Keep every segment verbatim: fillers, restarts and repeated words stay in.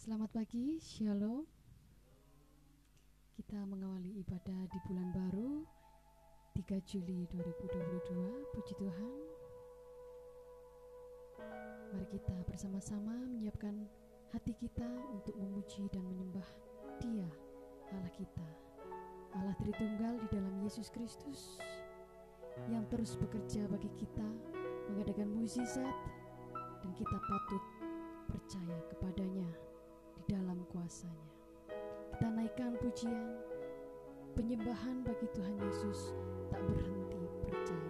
Selamat pagi, Shalom. Kita mengawali ibadah di bulan baru tiga Juli dua ribu dua puluh dua. Puji Tuhan. Mari kita bersama-sama menyiapkan hati kita untuk memuji dan menyembah Dia, Allah kita, Allah Tritunggal di dalam Yesus Kristus, yang terus bekerja bagi kita, mengadakan mukjizat, dan kita patut percaya kepadanya di dalam kuasa-Nya. Kita naikkan pujian, penyembahan bagi Tuhan Yesus, tak berhenti percaya.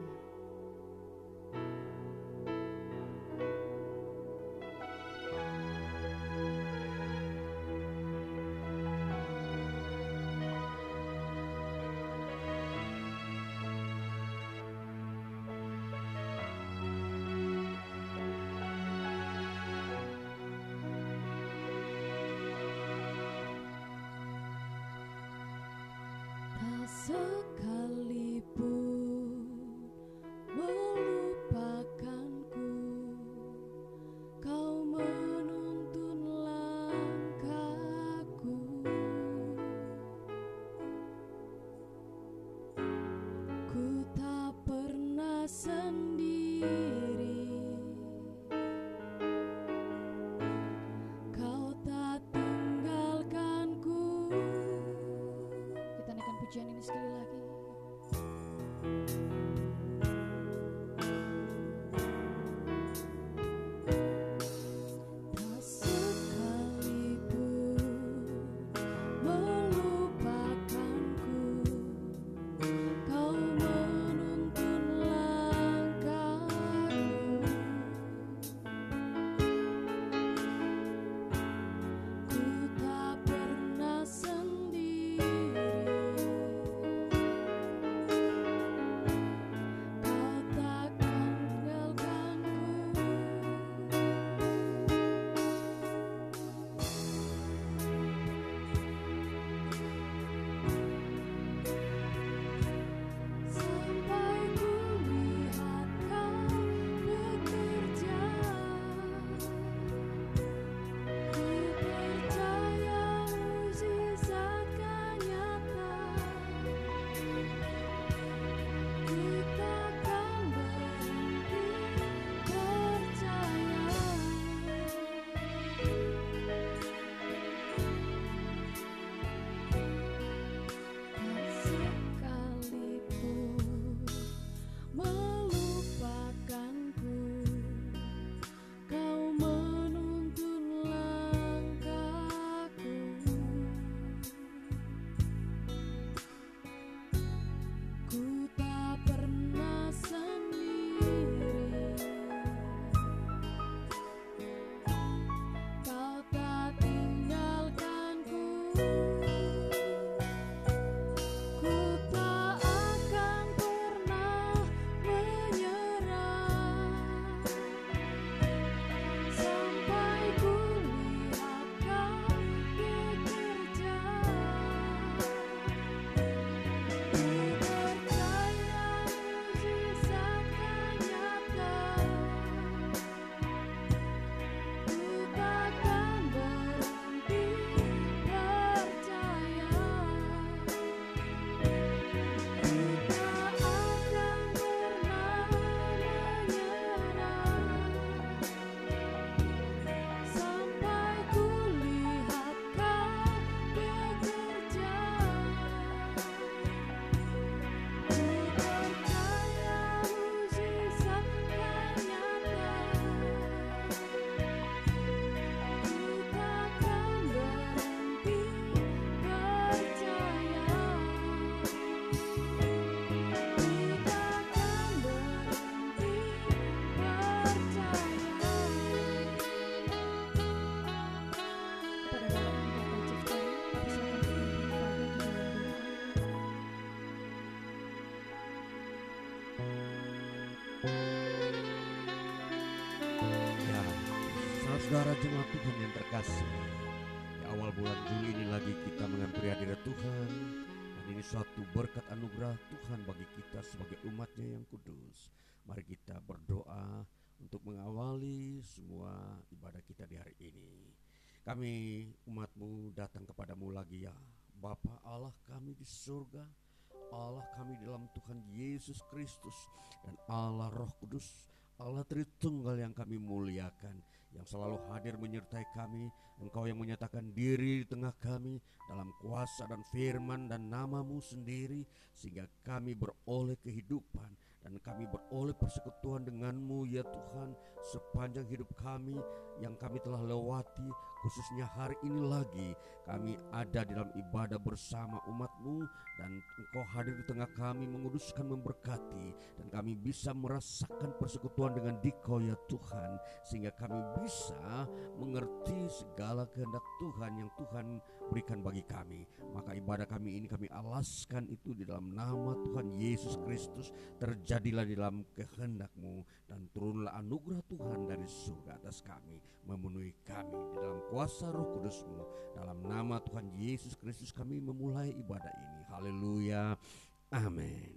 Sekalipun melupakanku, Kau menuntun langkahku. Ku tak pernah sendiri, Kau tak tinggalkanku. Kita naikkan pujian ini sekali lagi. Tak sekalipun melupakanku, Kau menuntun langkahku. Ku tak pernah sendiri, Kau takkan tinggalkanku. Sampai ku lihat Kau bekerja, ku percaya mukjizat kan nyata. Ku takkan berhenti percaya. Tak sekalipun melupakanku, Kau menuntun langkahku. Ku tak pernah sendiri, Kau tak tinggalkanku. Ku tak akan pernah menyerah, sampai ku lihat Kau bekerja. Ku percaya mukjizat kan nyata. Ku takkan berhenti percaya. Ku tak akan pernah menyerah, sampai ku lihat Kau bekerja. Ku percaya mukjizat kan nyata. Ku takkan berhenti percaya. Ku takkan berhenti percaya. Kepada Bapa yang Maha Pencipta, persilakan kita beribadah di dalam Ya, saudara jemaat Tuhan yang terkasih, di awal bulan Juli ini lagi kita menghampiri hadirat Tuhan, dan ini suatu berkat anugerah Tuhan bagi kita sebagai umatnya yang kudus. Mari kita berdoa untuk mengawali semua ibadah kita di hari ini. Kami umat-Mu datang kepadamu lagi ya Bapa Allah kami di surga, Allah kami dalam Tuhan Yesus Kristus, dan Allah Roh Kudus, Allah Tritunggal yang kami muliakan, yang selalu hadir menyertai kami. Engkau yang menyatakan diri di tengah kami dalam kuasa dan firman dan nama-Mu sendiri, sehingga kami beroleh kehidupan dan kami beroleh persekutuan dengan-Mu ya Tuhan sepanjang hidup kami yang kami telah lewati. Khususnya hari ini lagi kami ada di dalam ibadah bersama umat-Mu, dan Engkau hadir di tengah kami menguduskan, memberkati, dan kami bisa merasakan persekutuan dengan Dikau ya Tuhan, sehingga kami bisa mengerti segala kehendak Tuhan yang Tuhan berikan bagi kami. Maka ibadah kami ini kami alaskan itu di dalam nama Tuhan Yesus Kristus. Terjadilah di dalam kehendak-Mu, dan turunlah anugerah Tuhan dari surga atas kami, memenuhi kami di dalam kuasa Roh Kudus-Mu. Dalam nama Tuhan Yesus Kristus kami memulai ibadah ini. Haleluya, amin.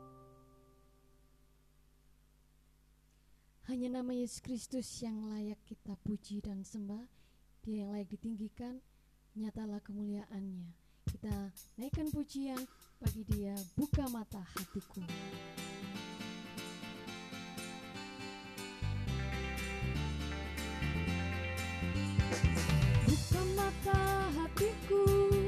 Hanya nama Yesus Kristus yang layak kita puji dan sembah. Dia yang layak ditinggikan, nyatalah kemuliaannya. Kita naikkan pujian bagi Dia. Buka mata hatiku. Buka mata hatiku,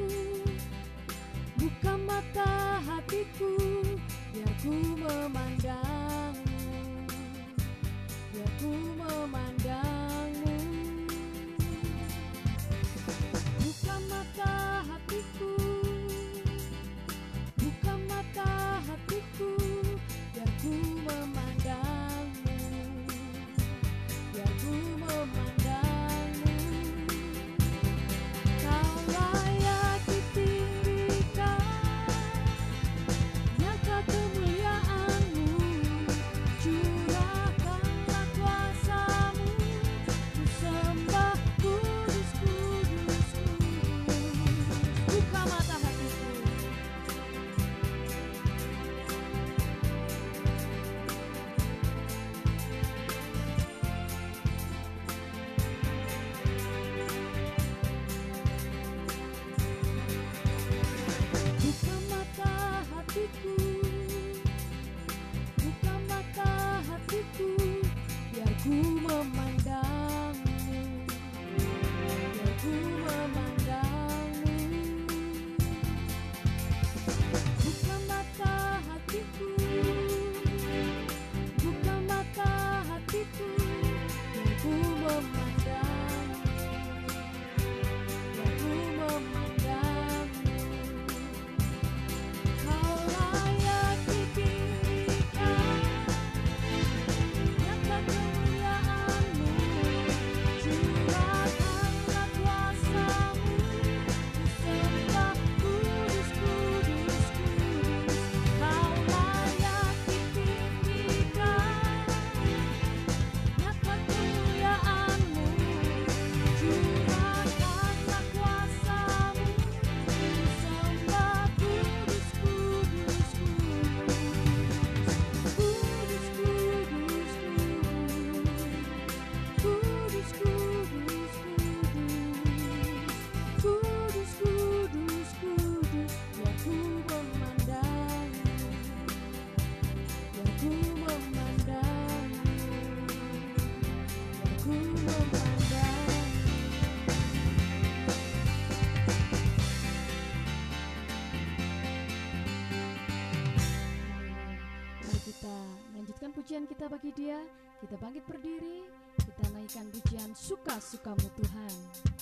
buka mata hatiku, biar ku memandangmu, biar ku memandangmu. Buka mata hatiku, buka mata hatiku, biar ku memandangmu, biar ku memandangmu. Kau layak ditinggikan, nyata kemuliaan-Mu, curahkanlah kuasa-Mu, ku sembah kudus, kudus, kudus. Buka mata hatiku, buka mata hatiku, buka mata hatiku, biar ku memandangmu, biar ku memandangmu. Buka mata hatiku, buka mata hatiku, biar ku memandangmu, biar ku memandangmu. Kau layak ditinggikan, nyata kemuliaan-Mu, curahkanlah kuasa-Mu, ku sembah kudus, kudus, kudus. Kau layak ditinggikan, nyata kemuliaan-Mu, curahkanlah kuasa-Mu, ku sembah kudus, kudus, kudus, kudus, kudus, kudus, kudus, kudus, kudus, kudus, biar ku memandangmu, biar ku memandangmu, biar ku memandangmu. Mari kita melanjutkan pujian kita bagi Dia. Kita bangkit berdiri, kita naikkan pujian suka-suka-Mu Tuhan.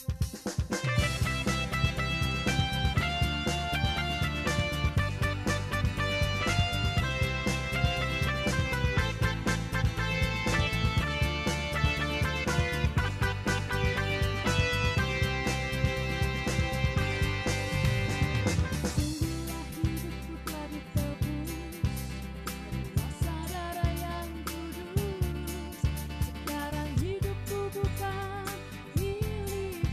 Sungguhlah hidupku telah ditebus kuasa darah yang kudus. Sekarang hidupku bukan milikku,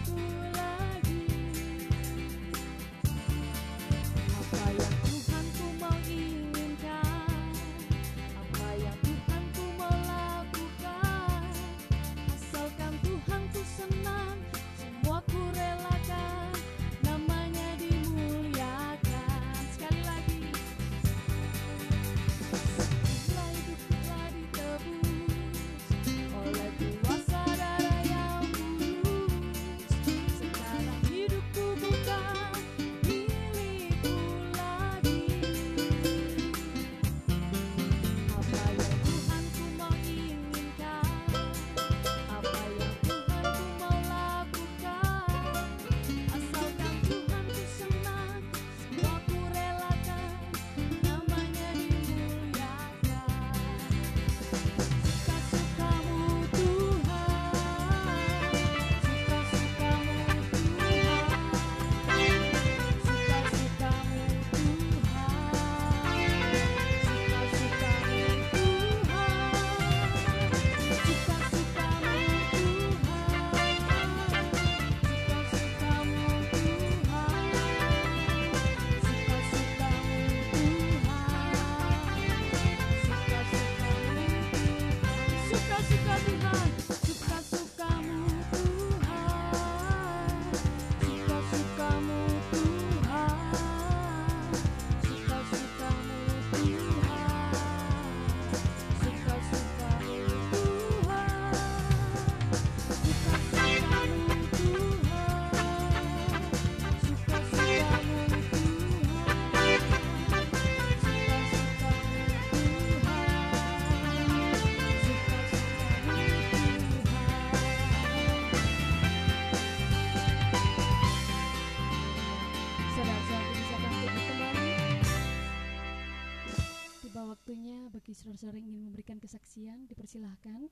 bagi saudara-saudara yang ingin memberikan kesaksian, dipersilahkan.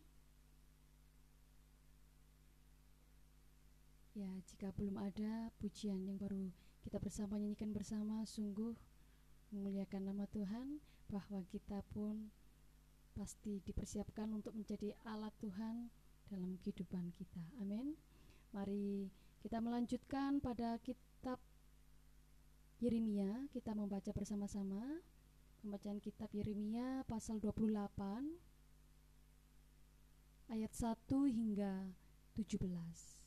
Ya, jika belum ada pujian yang baru kita bersama nyanyikan bersama, sungguh memuliakan nama Tuhan, bahwa kita pun pasti dipersiapkan untuk menjadi alat Tuhan dalam kehidupan kita. Amin. Mari kita melanjutkan pada kitab Yeremia. Kita membaca bersama-sama pembacaan kitab Yeremia pasal dua puluh delapan ayat satu hingga tujuh belas.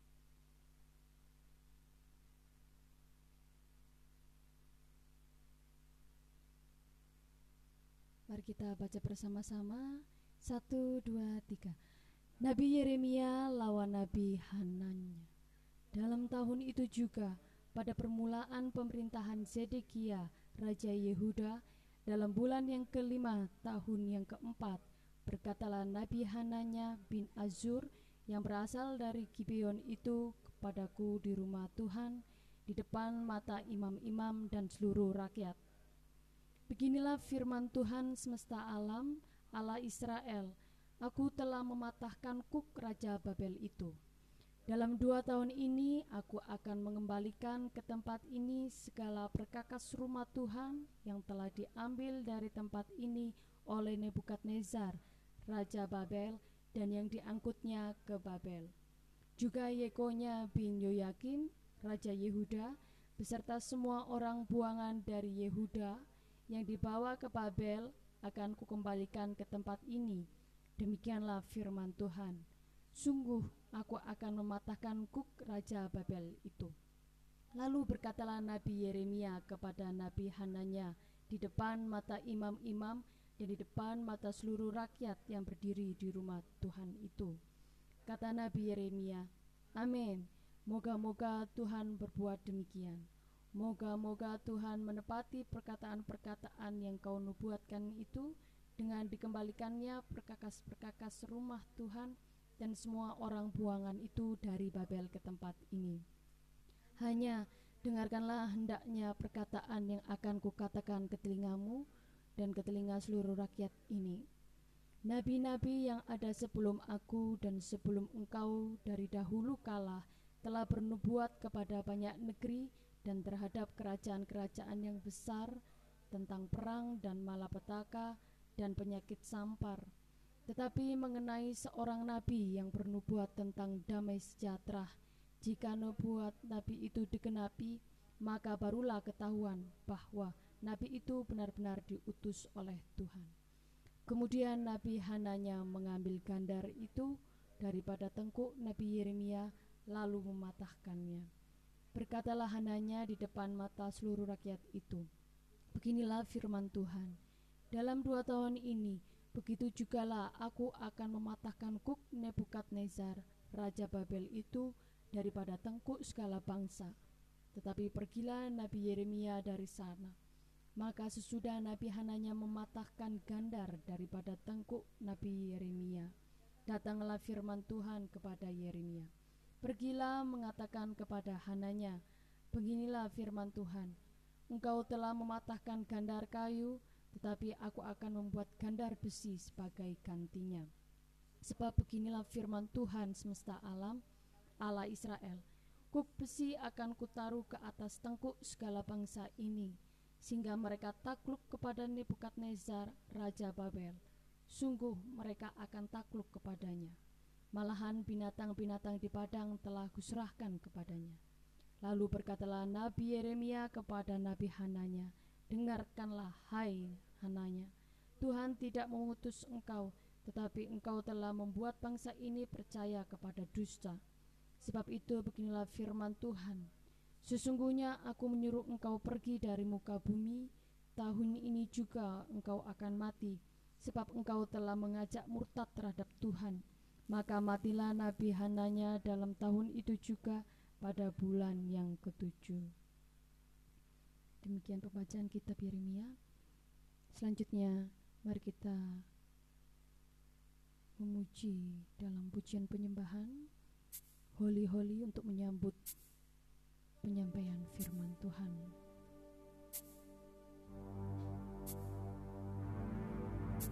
Mari kita baca bersama-sama. Satu, dua, tiga. Nabi Yeremia lawan Nabi Hananya. Dalam tahun itu juga, pada permulaan pemerintahan Zedekia, Raja Yehuda, dalam bulan yang kelima, tahun yang keempat, berkatalah Nabi Hananya bin Azur, yang berasal dari Gibeon itu, kepadaku di rumah Tuhan, di depan mata imam-imam dan seluruh rakyat. Beginilah firman Tuhan semesta alam, Allah Israel, aku telah mematahkan kuk Raja Babel itu. Dalam dua tahun ini aku akan mengembalikan ke tempat ini segala perkakas rumah Tuhan yang telah diambil dari tempat ini oleh Nebukadnezar, Raja Babel, dan yang diangkutnya ke Babel. Juga Yekonya bin Yoyakim, Raja Yehuda, beserta semua orang buangan dari Yehuda yang dibawa ke Babel akan kukembalikan ke tempat ini. Demikianlah firman Tuhan. Sungguh aku akan mematahkan kuk Raja Babel itu. Lalu berkatalah Nabi Yeremia kepada Nabi Hananya di depan mata imam-imam dan di depan mata seluruh rakyat yang berdiri di rumah Tuhan itu. Kata Nabi Yeremia, amin, moga-moga Tuhan berbuat demikian. Moga-moga Tuhan menepati perkataan-perkataan yang kau nubuatkan itu dengan dikembalikannya perkakas-perkakas rumah Tuhan dan semua orang buangan itu dari Babel ke tempat ini. Hanya dengarkanlah hendaknya perkataan yang akan kukatakan ke telingamu dan ke telinga seluruh rakyat ini. Nabi-nabi yang ada sebelum aku dan sebelum engkau dari dahulu kala telah bernubuat kepada banyak negeri dan terhadap kerajaan-kerajaan yang besar tentang perang dan malapetaka dan penyakit sampar. Tetapi mengenai seorang nabi yang bernubuat tentang damai sejahtera, jika nubuat nabi itu digenapi, maka barulah ketahuan bahwa nabi itu benar-benar diutus oleh Tuhan. Kemudian Nabi Hananya mengambil gandar itu daripada tengkuk Nabi Yeremia lalu mematahkannya. Berkatalah Hananya di depan mata seluruh rakyat itu, beginilah firman Tuhan, dalam dua tahun ini, begitu jugalah aku akan mematahkan kuk Nebukadnezar, Raja Babel itu daripada tengkuk segala bangsa. Tetapi pergilah Nabi Yeremia dari sana. Maka sesudah Nabi Hananya mematahkan gandar daripada tengkuk Nabi Yeremia, datanglah firman Tuhan kepada Yeremia. Pergilah mengatakan kepada Hananya, beginilah firman Tuhan, engkau telah mematahkan gandar kayu, tetapi aku akan membuat gandar besi sebagai gantinya. Sebab beginilah firman Tuhan semesta alam, Allah Israel, kuk besi akan kutaruh ke atas tengkuk segala bangsa ini, sehingga mereka takluk kepada Nebukadnezar, Raja Babel. Sungguh mereka akan takluk kepadanya. Malahan binatang-binatang di padang telah kuserahkan kepadanya. Lalu berkatalah Nabi Yeremia kepada Nabi Hananya, dengarkanlah hai Hananya, Tuhan tidak mengutus engkau, tetapi engkau telah membuat bangsa ini percaya kepada dusta. Sebab itu beginilah firman Tuhan, sesungguhnya aku menyuruh engkau pergi dari muka bumi, tahun ini juga engkau akan mati, sebab engkau telah mengajak murtad terhadap Tuhan. Maka matilah Nabi Hananya dalam tahun itu juga pada bulan yang ketujuh. Demikian pembacaan kitab Yeremia. Selanjutnya mari kita memuji dalam pujian penyembahan Holy Holy untuk menyambut penyampaian firman Tuhan.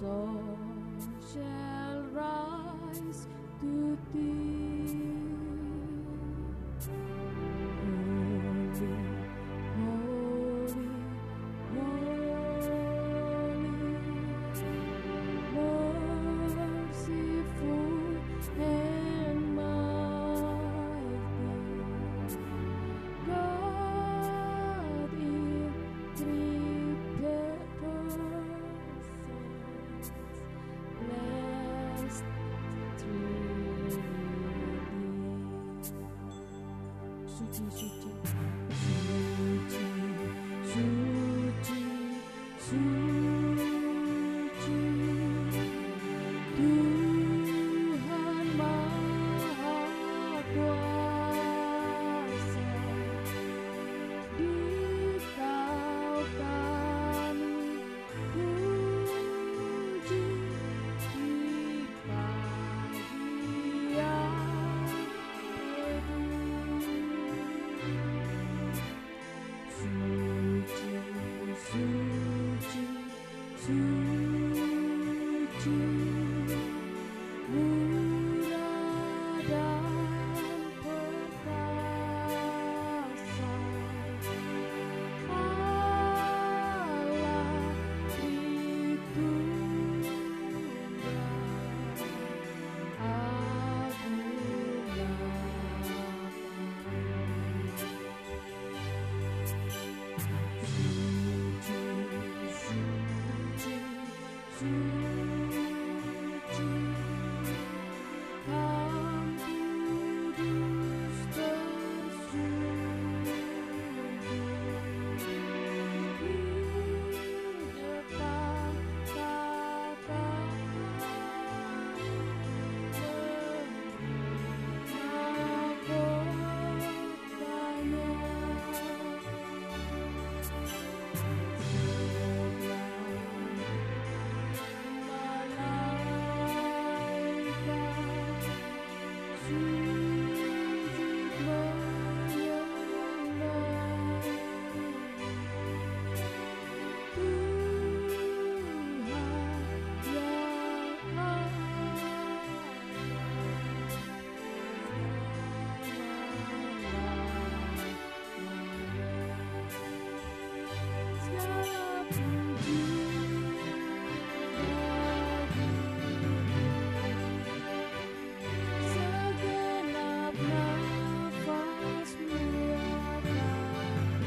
song shall rise to thee. Holy, holy, holy, merciful and mighty, God in three persons, blessed Trinity. Suci, suci, suci, suci, suci, Tuhan Maha Kuasa. Dikau kami puji di pagi yang teduh. Suci, suci, suci, murah dan perkasa, Allah Tritunggal, agung namanya. Suci, suci, suci, Kam kudus tersungguh di depan tata mahkotanya. Segala puji segenap nafas muliakan,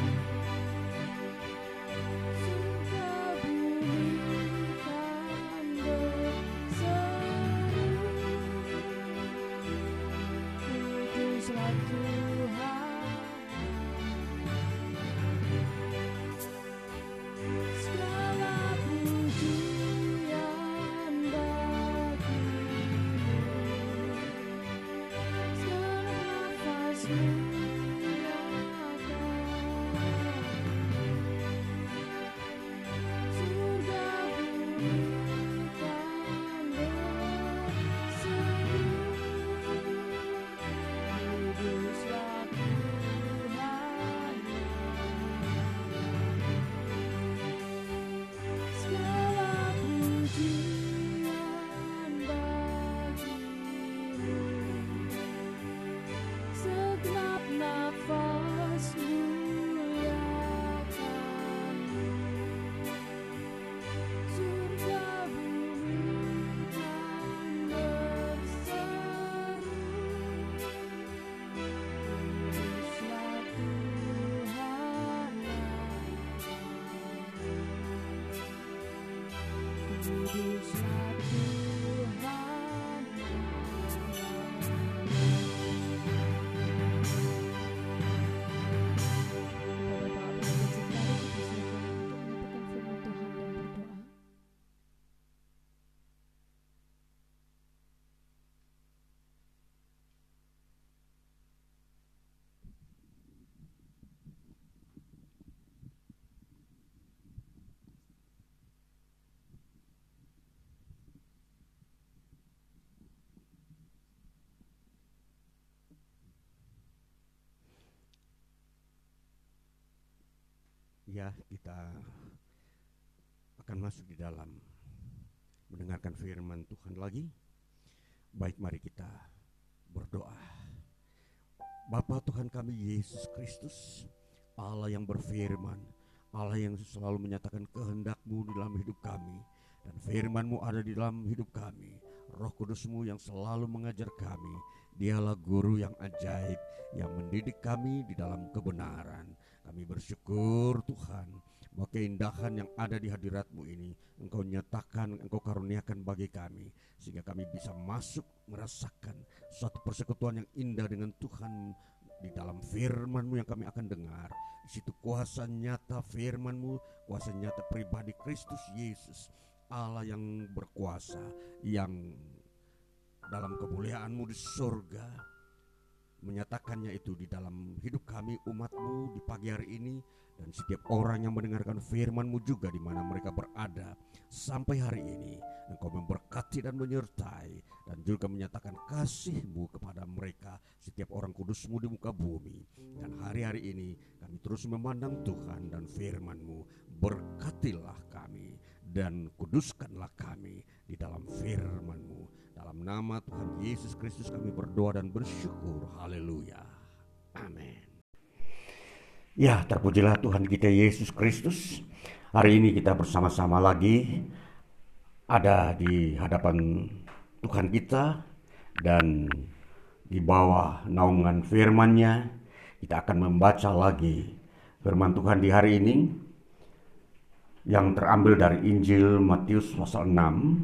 surga bumi kan berseru, kuduslah Tuhan. Segala pujian bagimu, segala nafas muliakan, surga bumi kan berseru, kuduslah Tuhan. Segala pujian bagimu, segenap nafas muliakanmu, surga bumi kan berseru, kuduslah Tuhan. Kuduslah Tuhan. Kepada Bapak dan Saudara, kita silakan untuk menyatakan firman Tuhan dan berdoa. Ya, kita akan masuk di dalam mendengarkan firman Tuhan lagi? Baik, mari kita berdoa. Bapa Tuhan kami Yesus Kristus, Allah yang berfirman, Allah yang selalu menyatakan kehendak-Mu di dalam hidup kami, dan firman-Mu ada di dalam hidup kami. Roh Kudus-Mu yang selalu mengajar kami, Dialah guru yang ajaib yang mendidik kami di dalam kebenaran. Kami bersyukur Tuhan bahwa keindahan yang ada di hadirat-Mu ini Engkau nyatakan, Engkau karuniakan bagi kami, sehingga kami bisa masuk merasakan suatu persekutuan yang indah dengan Tuhan di dalam firman-Mu yang kami akan dengar. Di situ kuasa nyata firman-Mu, kuasa nyata pribadi Kristus Yesus, Allah yang berkuasa, yang dalam kemuliaan-Mu di surga menyatakannya itu di dalam hidup kami umat-Mu di pagi hari ini, dan setiap orang yang mendengarkan firman-Mu juga di mana mereka berada sampai hari ini. Engkau memberkati dan menyertai, dan juga menyatakan kasih-Mu kepada mereka, setiap orang kudus-Mu di muka bumi. Dan hari-hari ini kami terus memandang Tuhan dan firman-Mu. Berkatilah kami dan kuduskanlah kami di dalam firman-Mu. Dalam nama Tuhan Yesus Kristus kami berdoa dan bersyukur. Haleluya. Amin. Ya, terpujilah Tuhan kita Yesus Kristus. Hari ini kita bersama-sama lagi ada di hadapan Tuhan kita, dan di bawah naungan firman-Nya kita akan membaca lagi firman Tuhan di hari ini yang terambil dari Injil Matius pasal enam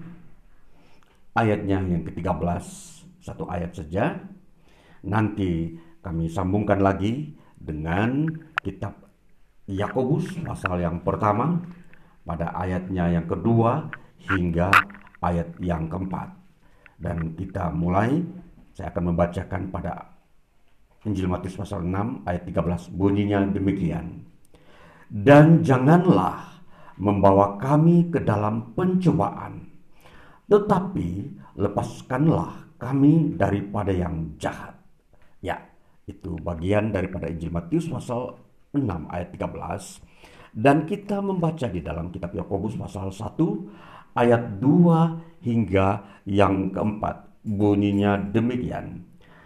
ayatnya yang ketiga belas, satu ayat saja. Nanti kami sambungkan lagi dengan kitab Yakobus pasal yang pertama pada ayatnya yang kedua hingga ayat yang keempat. Dan kita mulai, saya akan membacakan pada Injil Matius pasal enam ayat tiga belas, bunyinya demikian. Dan janganlah membawa kami ke dalam pencobaan, tetapi lepaskanlah kami daripada yang jahat. Ya, itu bagian daripada Injil Matius pasal enam ayat tiga belas. Dan kita membaca di dalam kitab Yakobus pasal satu ayat dua hingga yang keempat. Bunyinya demikian.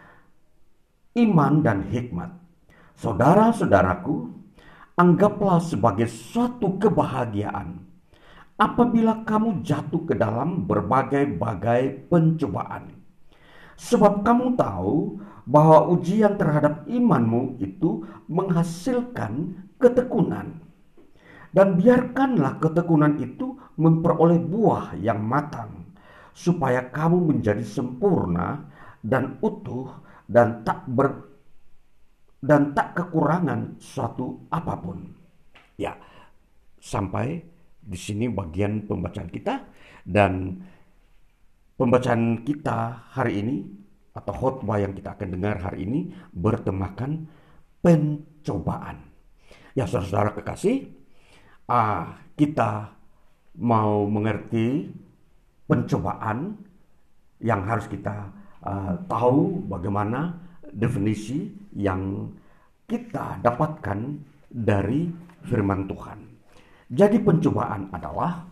Iman dan hikmat, saudara-saudaraku, anggaplah sebagai suatu kebahagiaan apabila kamu jatuh ke dalam berbagai-bagai pencobaan. Sebab kamu tahu bahwa ujian terhadap imanmu itu menghasilkan ketekunan. Dan biarkanlah ketekunan itu memperoleh buah yang matang, supaya kamu menjadi sempurna dan utuh dan tak ber dan tak kekurangan suatu apapun. Ya, sampai di sini bagian pembacaan kita, dan pembacaan kita hari ini atau khotbah yang kita akan dengar hari ini bertemakan pencobaan. Ya, saudara-saudara kekasih, ah, kita mau mengerti pencobaan yang harus kita uh, tahu bagaimana definisi yang kita dapatkan dari firman Tuhan. Jadi pencobaan adalah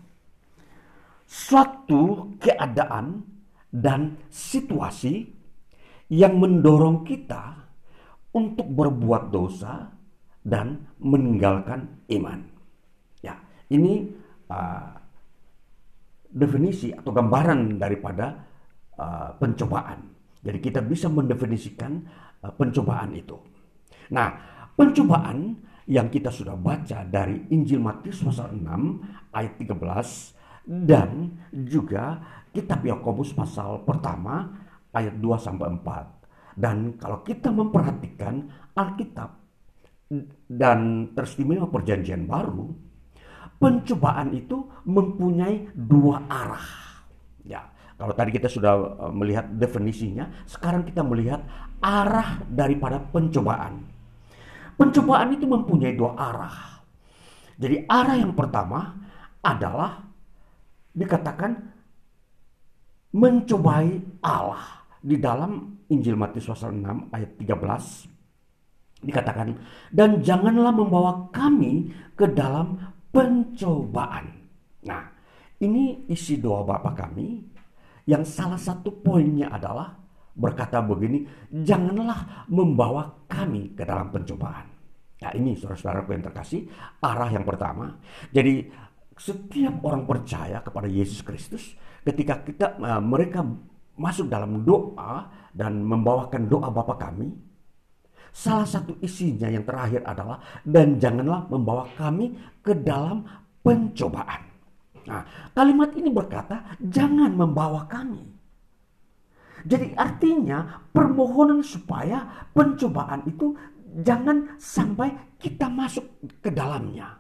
suatu keadaan dan situasi yang mendorong kita untuk berbuat dosa dan meninggalkan iman. Ya, ini uh, definisi atau gambaran daripada uh, pencobaan. Jadi kita bisa mendefinisikan uh, pencobaan itu. Nah, pencobaan yang kita sudah baca dari Injil Matius pasal enam ayat tiga belas dan juga kitab Yakobus pasal pertama ayat dua sampai empat. Dan kalau kita memperhatikan Alkitab dan teristimewa Perjanjian Baru, pencobaan itu mempunyai dua arah. Ya, kalau tadi kita sudah melihat definisinya, sekarang kita melihat arah daripada pencobaan. Pencobaan itu mempunyai dua arah. Jadi arah yang pertama adalah dikatakan mencobai Allah. Di dalam Injil Matius pasal enam ayat tiga belas dikatakan, dan janganlah membawa kami ke dalam pencobaan. Nah, Ini isi doa Bapa kami yang salah satu poinnya adalah berkata begini, janganlah membawa kami ke dalam pencobaan. Nah ini saudara-saudaraku yang terkasih, arah yang pertama. Jadi setiap orang percaya kepada Yesus Kristus, ketika kita uh, mereka masuk dalam doa dan membawakan doa Bapa kami, salah satu isinya yang terakhir adalah, dan janganlah membawa kami ke dalam pencobaan. Nah, kalimat ini berkata, jangan membawa kami. Jadi artinya permohonan supaya pencobaan itu jangan sampai kita masuk ke dalamnya.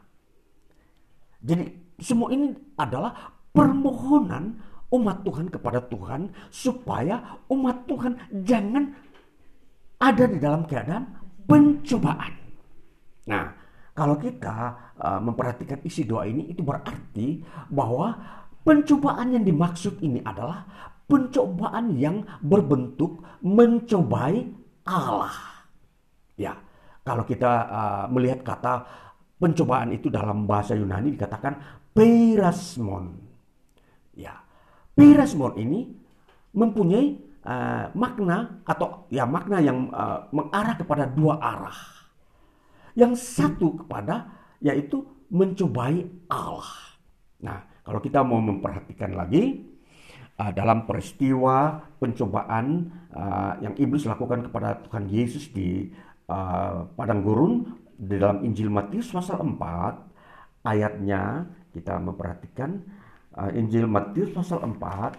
Jadi semua ini adalah permohonan umat Tuhan kepada Tuhan supaya umat Tuhan jangan ada di dalam keadaan pencobaan. Nah, kalau kita uh, memperhatikan isi doa ini, itu berarti bahwa pencobaan yang dimaksud ini adalah pencobaan yang berbentuk mencobai Allah. Ya, kalau kita uh, melihat kata pencobaan itu dalam bahasa Yunani dikatakan peirasmon. Ya, peirasmon ini mempunyai uh, makna atau ya makna yang uh, mengarah kepada dua arah. Yang satu kepada yaitu mencobai Allah. Nah, kalau kita mau memperhatikan lagi uh, dalam peristiwa pencobaan uh, yang iblis lakukan kepada Tuhan Yesus di Uh, padang gurun di dalam Injil Matius pasal empat ayatnya, kita memperhatikan uh, Injil Matius pasal empat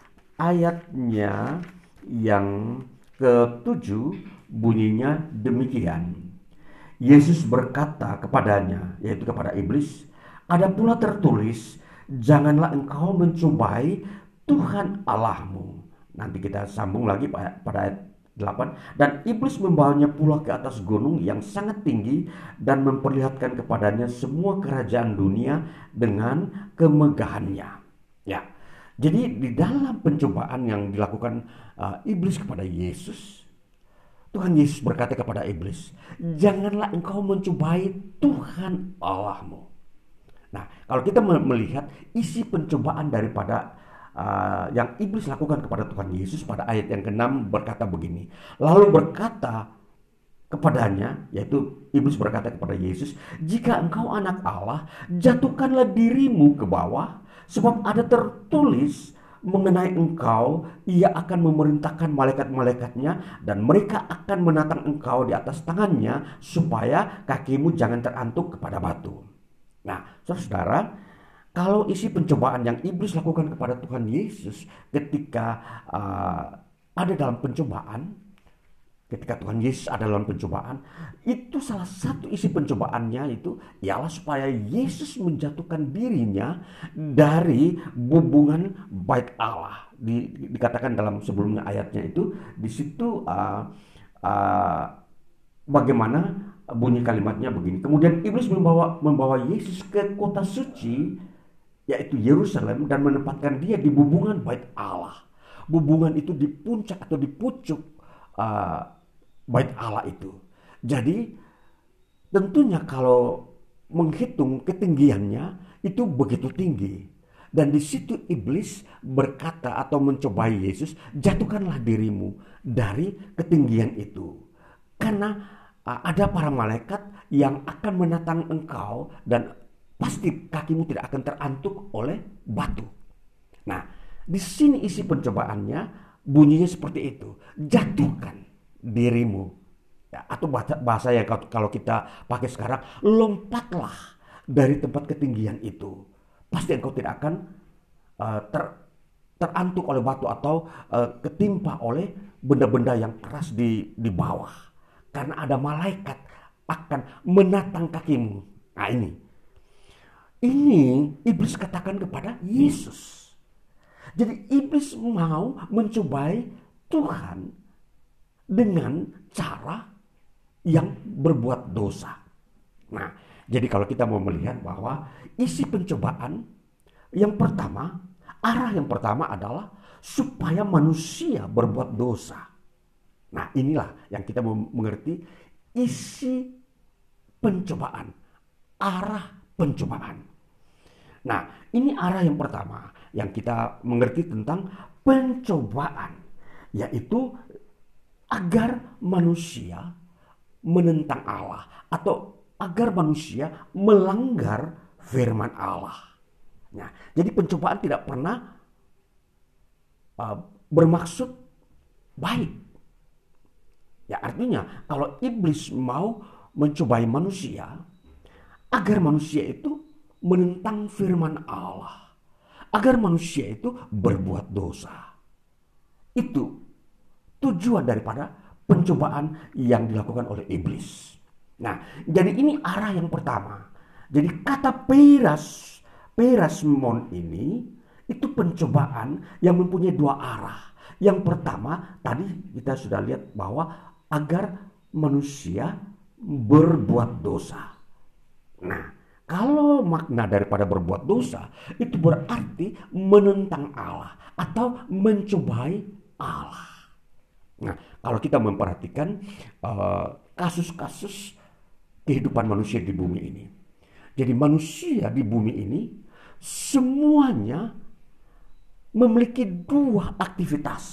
ayatnya yang ketujuh bunyinya demikian. Yesus berkata kepadanya, yaitu kepada iblis, ada pula tertulis, janganlah engkau mencobai Tuhan Allahmu. Nanti kita sambung lagi pada ayat delapan. Dan iblis membawanya pula ke atas gunung yang sangat tinggi dan memperlihatkan kepadanya semua kerajaan dunia dengan kemegahannya. Ya, jadi di dalam pencobaan yang dilakukan uh, iblis kepada Yesus, Tuhan Yesus berkata kepada iblis, janganlah engkau mencobai Tuhan Allahmu. Nah, kalau kita melihat isi pencobaan daripada Uh, yang iblis lakukan kepada Tuhan Yesus pada ayat yang keenam berkata begini. Lalu berkata kepadanya, yaitu iblis berkata kepada Yesus, jika engkau anak Allah, jatuhkanlah dirimu ke bawah, sebab ada tertulis mengenai engkau, ia akan memerintahkan malaikat-malaikatnya dan mereka akan menatang engkau di atas tangannya supaya kakimu jangan terantuk kepada batu. Nah, saudara, kalau isi pencobaan yang iblis lakukan kepada Tuhan Yesus ketika uh, ada dalam pencobaan, ketika Tuhan Yesus ada dalam pencobaan, itu salah satu isi pencobaannya itu ialah supaya Yesus menjatuhkan dirinya dari hubungan bait Allah. Di, dikatakan dalam sebelumnya ayatnya itu, di situ uh, uh, bagaimana bunyi kalimatnya begini. Kemudian iblis membawa membawa Yesus ke kota suci, yaitu Yerusalem, dan menempatkan dia di hubungan bait Allah. Hubungan itu di puncak atau di pucuk uh, bait Allah itu. Jadi tentunya kalau menghitung ketinggiannya itu begitu tinggi. Dan di situ iblis berkata atau mencobai Yesus, jatuhkanlah dirimu dari ketinggian itu. Karena uh, ada para malaikat yang akan menatang engkau dan pasti kakimu tidak akan terantuk oleh batu. Nah, di sini isi pencobaannya bunyinya seperti itu. Jatuhkan dirimu. Ya, atau bahasa, bahasa yang kalau kita pakai sekarang, lompatlah dari tempat ketinggian itu. Pasti engkau tidak akan uh, ter, terantuk oleh batu atau uh, ketimpa oleh benda-benda yang keras di, di bawah. Karena ada malaikat akan menatang kakimu. Nah ini. Ini iblis katakan kepada Yesus. Jadi iblis mau mencobai Tuhan dengan cara yang berbuat dosa. Nah, jadi kalau kita mau melihat bahwa isi pencobaan yang pertama, arah yang pertama adalah supaya manusia berbuat dosa. Nah, inilah yang kita mau mengerti isi pencobaan, arah pencobaan. Nah, ini arah yang pertama yang kita mengerti tentang pencobaan, yaitu agar manusia menentang Allah atau agar manusia melanggar firman Allah. Nah, jadi pencobaan tidak pernah uh, bermaksud baik. Ya, artinya kalau iblis mau mencobai manusia agar manusia itu menentang firman Allah, agar manusia itu berbuat dosa. Itu tujuan daripada pencobaan yang dilakukan oleh iblis. Nah, jadi ini arah yang pertama. Jadi kata peras, perasmon ini itu pencobaan yang mempunyai dua arah. Yang pertama tadi kita sudah lihat bahwa agar manusia berbuat dosa. Nah, kalau makna daripada berbuat dosa itu berarti menentang Allah atau mencobai Allah. Nah, kalau kita memperhatikan uh, kasus-kasus kehidupan manusia di bumi ini. Jadi manusia di bumi ini semuanya memiliki dua aktivitas.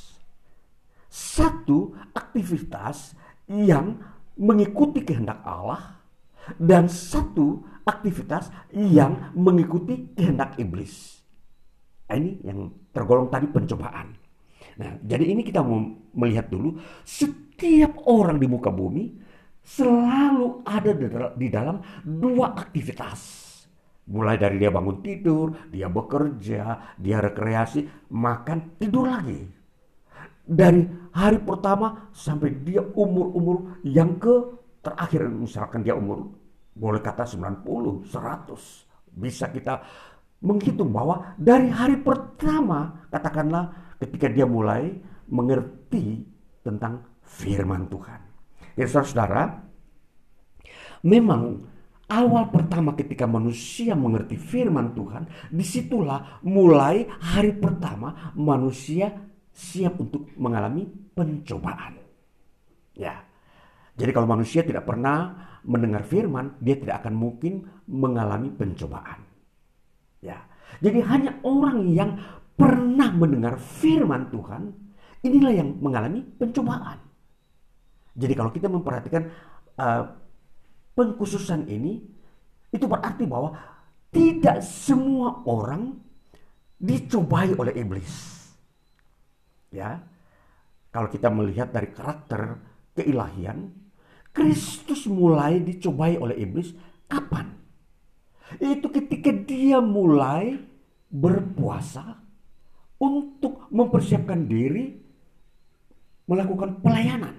Satu aktivitas yang mengikuti kehendak Allah dan satu aktivitas yang mengikuti kehendak iblis. Ini yang tergolong tadi pencobaan. Nah, jadi ini kita mau melihat dulu setiap orang di muka bumi selalu ada di dalam dua aktivitas. Mulai dari dia bangun tidur, dia bekerja, dia rekreasi, makan, tidur lagi. Dari hari pertama sampai dia umur-umur yang ke terakhir, misalkan dia umur boleh kata sembilan puluh, seratus. Bisa kita menghitung bahwa dari hari pertama, katakanlah ketika dia mulai mengerti tentang firman Tuhan. Jadi saudara, memang awal pertama ketika manusia mengerti firman Tuhan, disitulah mulai hari pertama manusia siap untuk mengalami pencobaan. Ya, jadi kalau manusia tidak pernah mendengar firman, dia tidak akan mungkin mengalami pencobaan. Ya, jadi hanya orang yang pernah mendengar firman Tuhan, inilah yang mengalami pencobaan. Jadi kalau kita memperhatikan uh, pengkhususan ini, itu berarti bahwa tidak semua orang dicobai oleh iblis. Ya, kalau kita melihat dari karakter keilahian, Kristus mulai dicobai oleh iblis kapan? Itu ketika dia mulai berpuasa untuk mempersiapkan diri melakukan pelayanan.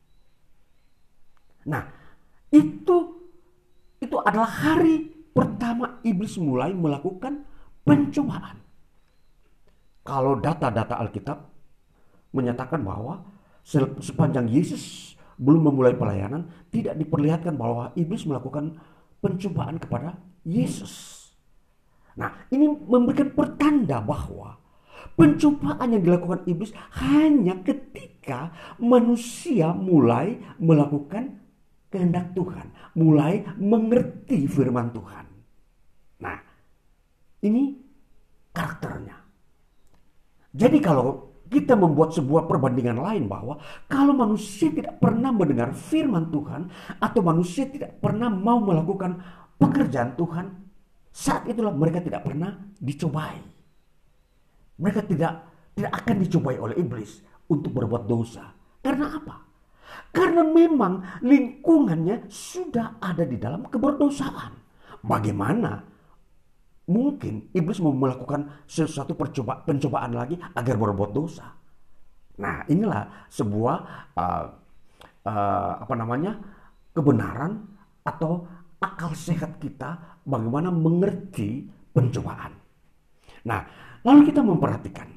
Nah, itu itu adalah hari pertama iblis mulai melakukan pencobaan. Kalau data-data Alkitab menyatakan bahwa sepanjang Yesus belum memulai pelayanan, tidak diperlihatkan bahwa iblis melakukan pencobaan kepada Yesus. Nah, ini memberikan pertanda bahwa pencobaan yang dilakukan iblis hanya ketika manusia mulai melakukan kehendak Tuhan, mulai mengerti firman Tuhan. Nah, ini karakternya. Jadi kalau kita membuat sebuah perbandingan lain bahwa kalau manusia tidak pernah mendengar firman Tuhan atau manusia tidak pernah mau melakukan pekerjaan Tuhan, saat itulah mereka tidak pernah dicobai. Mereka tidak tidak akan dicobai oleh iblis untuk berbuat dosa. Karena apa? Karena memang lingkungannya sudah ada di dalam keberdosaan. Bagaimana mungkin iblis mau melakukan sesuatu percoba, pencobaan lagi agar berbuat dosa? Nah, inilah sebuah uh, uh, apa namanya kebenaran atau akal sehat kita bagaimana mengerti pencobaan. Nah, lalu kita memperhatikan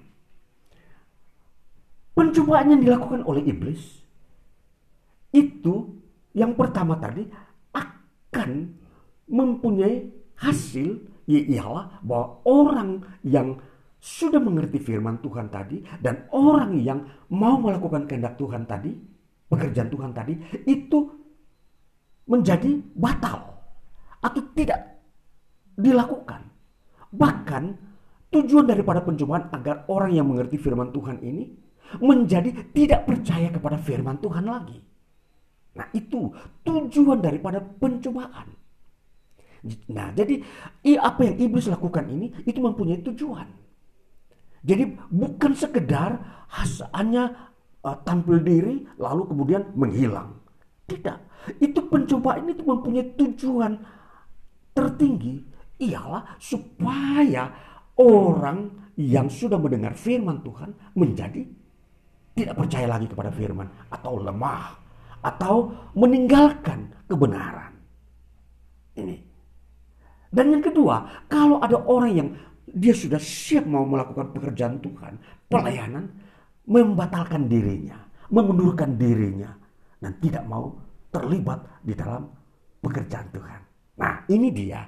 pencobaan yang dilakukan oleh iblis itu yang pertama tadi akan mempunyai hasil, ialah bahwa orang yang sudah mengerti firman Tuhan tadi dan orang yang mau melakukan kehendak Tuhan tadi, pekerjaan Tuhan tadi, itu menjadi batal atau tidak dilakukan. Bahkan tujuan daripada pencobaan agar orang yang mengerti firman Tuhan ini menjadi tidak percaya kepada firman Tuhan lagi. Nah, itu tujuan daripada pencobaan. Nah, jadi apa yang iblis lakukan ini itu mempunyai tujuan. Jadi bukan sekedar hanya uh, tampil diri lalu kemudian menghilang. Tidak. Itu pencobaan itu mempunyai tujuan tertinggi, ialah supaya orang yang sudah mendengar firman Tuhan menjadi tidak percaya lagi kepada firman, atau lemah, atau meninggalkan kebenaran. Ini. Dan yang kedua, kalau ada orang yang dia sudah siap mau melakukan pekerjaan Tuhan, pelayanan, membatalkan dirinya, memundurkan dirinya, dan tidak mau terlibat di dalam pekerjaan Tuhan. Nah, ini dia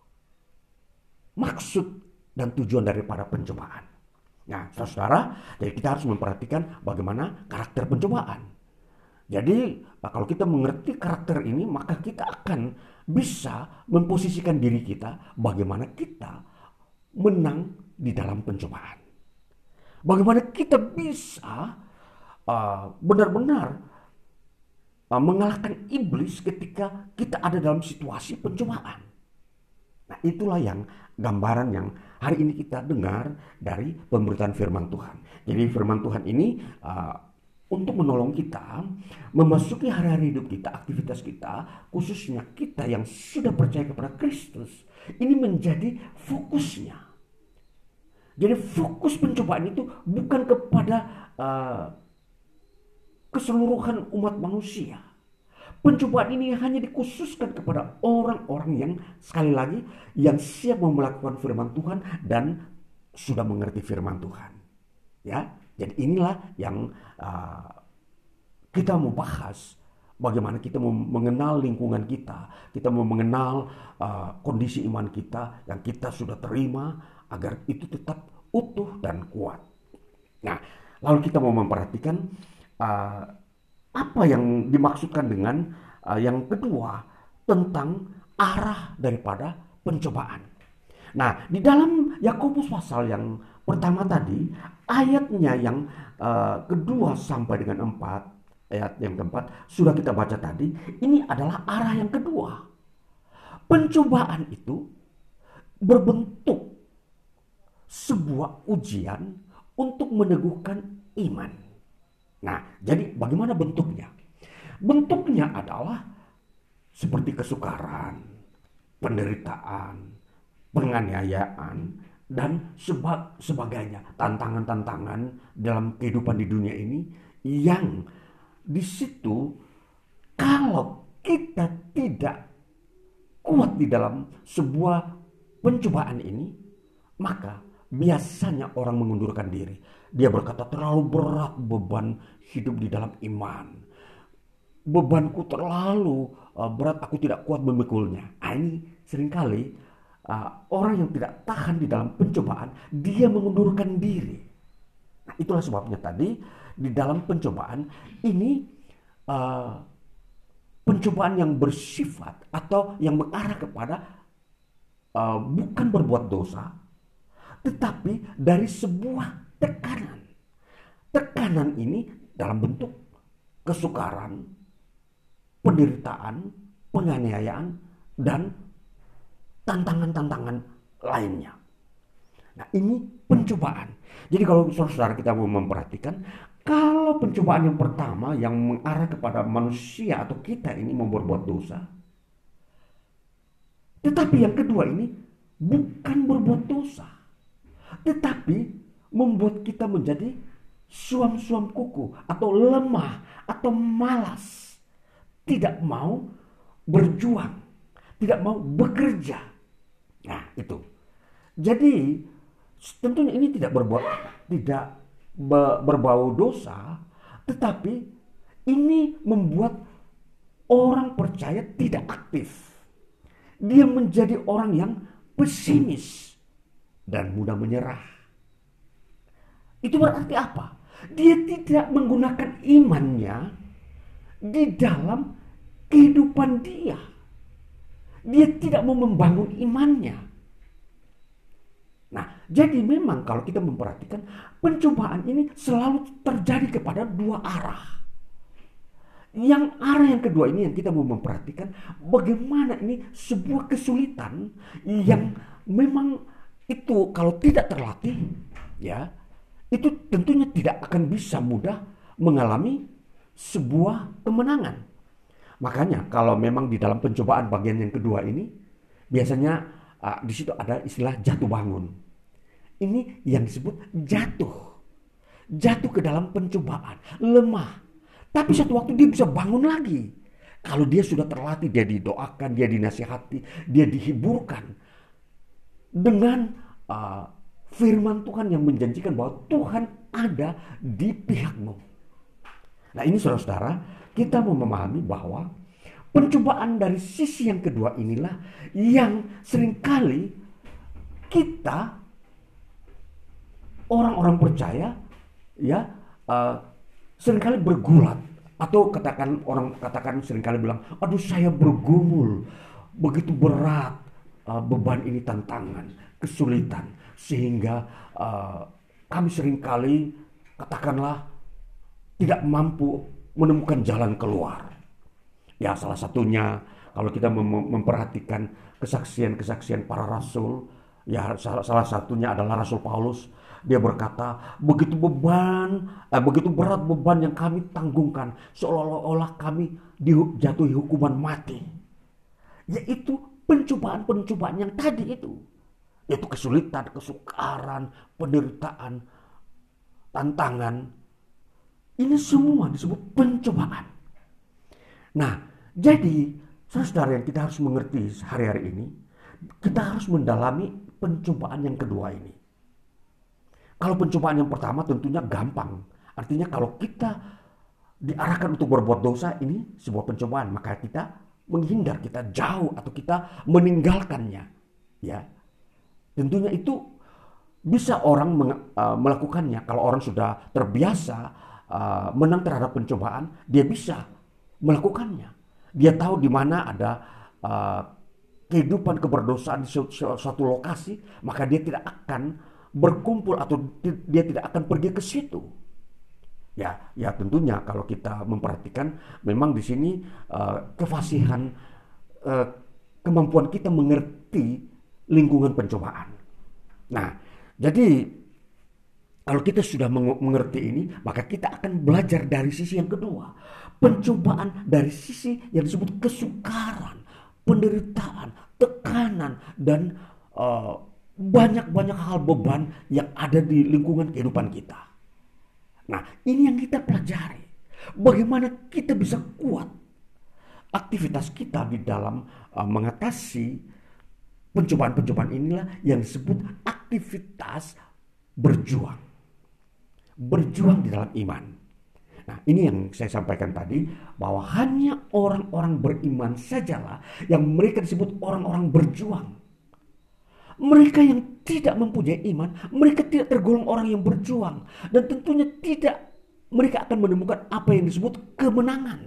maksud dan tujuan daripada pencobaan. Nah, saudara, jadi kita harus memperhatikan bagaimana karakter pencobaan. Jadi, kalau kita mengerti karakter ini, maka kita akan bisa memposisikan diri kita bagaimana kita menang di dalam pencobaan. Bagaimana kita bisa uh, benar-benar uh, mengalahkan iblis ketika kita ada dalam situasi pencobaan. Nah, itulah yang gambaran yang hari ini kita dengar dari pemberitaan firman Tuhan. Jadi firman Tuhan ini uh, untuk menolong kita memasuki hari-hari hidup kita, aktivitas kita, khususnya kita yang sudah percaya kepada Kristus, ini menjadi fokusnya. Jadi fokus pencobaan itu bukan kepada uh, keseluruhan umat manusia. Pencobaan ini hanya dikhususkan kepada orang-orang yang sekali lagi yang siap mau melakukan firman Tuhan dan sudah mengerti firman Tuhan. Ya, jadi inilah yang uh, kita mau bahas. Bagaimana kita mau mengenal lingkungan kita, kita mau mengenal uh, kondisi iman kita yang kita sudah terima agar itu tetap utuh dan kuat. Nah, lalu kita mau memperhatikan uh, apa yang dimaksudkan dengan uh, yang kedua tentang arah daripada pencobaan. Nah, di dalam Yakobus pasal yang pertama tadi, ayatnya yang uh, kedua sampai dengan empat, ayat yang keempat sudah kita baca tadi, ini adalah arah yang kedua. Pencobaan itu berbentuk sebuah ujian untuk meneguhkan iman. Nah, jadi bagaimana bentuknya? Bentuknya adalah seperti kesukaran, penderitaan, penganiayaan, dan seba- sebagainya. Tantangan-tantangan dalam kehidupan di dunia ini yang di situ kalau kita tidak kuat di dalam sebuah pencobaan ini, maka biasanya orang mengundurkan diri. Dia berkata terlalu berat beban hidup di dalam iman. Bebanku terlalu uh, berat, aku tidak kuat memikulnya. Nah, ini seringkali uh, orang yang tidak tahan di dalam pencobaan, dia mengundurkan diri. Nah, itulah sebabnya tadi di dalam pencobaan ini uh, pencobaan yang bersifat atau yang mengarah kepada uh, bukan berbuat dosa, tetapi dari sebuah tekanan. Tekanan ini dalam bentuk kesukaran, penderitaan, penganiayaan, dan tantangan-tantangan lainnya. Nah, ini pencobaan. Jadi kalau saudara kita mau memperhatikan, kalau pencobaan yang pertama yang mengarah kepada manusia atau kita ini mau berbuat dosa, tetapi yang kedua ini bukan berbuat dosa, tetapi membuat kita menjadi suam-suam kuku atau lemah atau malas, tidak mau berjuang, tidak mau bekerja. Nah, itu. Jadi tentunya ini tidak berbuat tidak be, berbau dosa, tetapi ini membuat orang percaya tidak aktif. Dia menjadi orang yang pesimis dan mudah menyerah. Itu berarti apa? Dia tidak menggunakan imannya di dalam kehidupan dia. Dia tidak mau membangun imannya. Jadi memang kalau kita memperhatikan, pencobaan ini selalu terjadi kepada dua arah. Yang arah yang kedua ini yang kita mau memperhatikan, bagaimana ini sebuah kesulitan yang memang itu kalau tidak terlatih, ya, itu tentunya tidak akan bisa mudah mengalami sebuah kemenangan. Makanya kalau memang di dalam pencobaan bagian yang kedua ini, biasanya uh, di situ ada istilah jatuh bangun. Ini yang disebut jatuh. Jatuh ke dalam pencobaan, lemah. Tapi satu waktu dia bisa bangun lagi. Kalau dia sudah terlatih, dia didoakan, dia dinasihati, dia dihiburkan. Dengan uh, firman Tuhan yang menjanjikan bahwa Tuhan ada di pihakmu. Nah ini saudara-saudara, kita mau memahami bahwa pencobaan dari sisi yang kedua inilah yang seringkali kita orang-orang percaya ya uh, seringkali bergulat, atau katakan orang katakan seringkali bilang, aduh saya bergumul, begitu berat uh, beban ini, tantangan, kesulitan, sehingga uh, kami seringkali katakanlah tidak mampu menemukan jalan keluar. Ya salah satunya kalau kita mem- memperhatikan kesaksian-kesaksian para rasul, ya salah, salah satunya adalah Rasul Paulus. Dia berkata, begitu beban, eh, begitu berat beban yang kami tanggungkan, seolah-olah kami dijatuhi hukuman mati. Yaitu pencobaan-pencobaan yang tadi itu. Yaitu kesulitan, kesukaran, penderitaan, tantangan. Ini semua disebut pencobaan. Nah, jadi saudara yang kita harus mengerti hari-hari ini, kita harus mendalami pencobaan yang kedua ini. Kalau pencobaan yang pertama tentunya gampang. Artinya kalau kita diarahkan untuk berbuat dosa, ini sebuah pencobaan, maka kita menghindar, kita jauh atau kita meninggalkannya. Ya, tentunya itu bisa orang meng- uh, melakukannya. Kalau orang sudah terbiasa uh, menang terhadap pencobaan, dia bisa melakukannya. Dia tahu di mana ada uh, kehidupan keberdosaan di suatu lokasi, maka dia tidak akan berkumpul atau dia tidak akan pergi ke situ. Ya, ya tentunya kalau kita memperhatikan, memang di sini uh, kefasihan, uh, kemampuan kita mengerti lingkungan pencobaan. Nah, jadi kalau kita sudah mengerti ini, maka kita akan belajar dari sisi yang kedua. Pencobaan dari sisi yang disebut kesukaran, penderitaan, tekanan, dan uh, banyak-banyak hal beban yang ada di lingkungan kehidupan kita. Nah, ini yang kita pelajari. Bagaimana kita bisa kuat aktivitas kita di dalam uh, mengatasi pencobaan-pencobaan inilah yang disebut aktivitas berjuang. Berjuang di dalam iman. Nah, ini yang saya sampaikan tadi, bahwa hanya orang-orang beriman sajalah yang mereka disebut orang-orang berjuang. Mereka yang tidak mempunyai iman, mereka tidak tergolong orang yang berjuang. Dan tentunya tidak, mereka akan menemukan apa yang disebut kemenangan.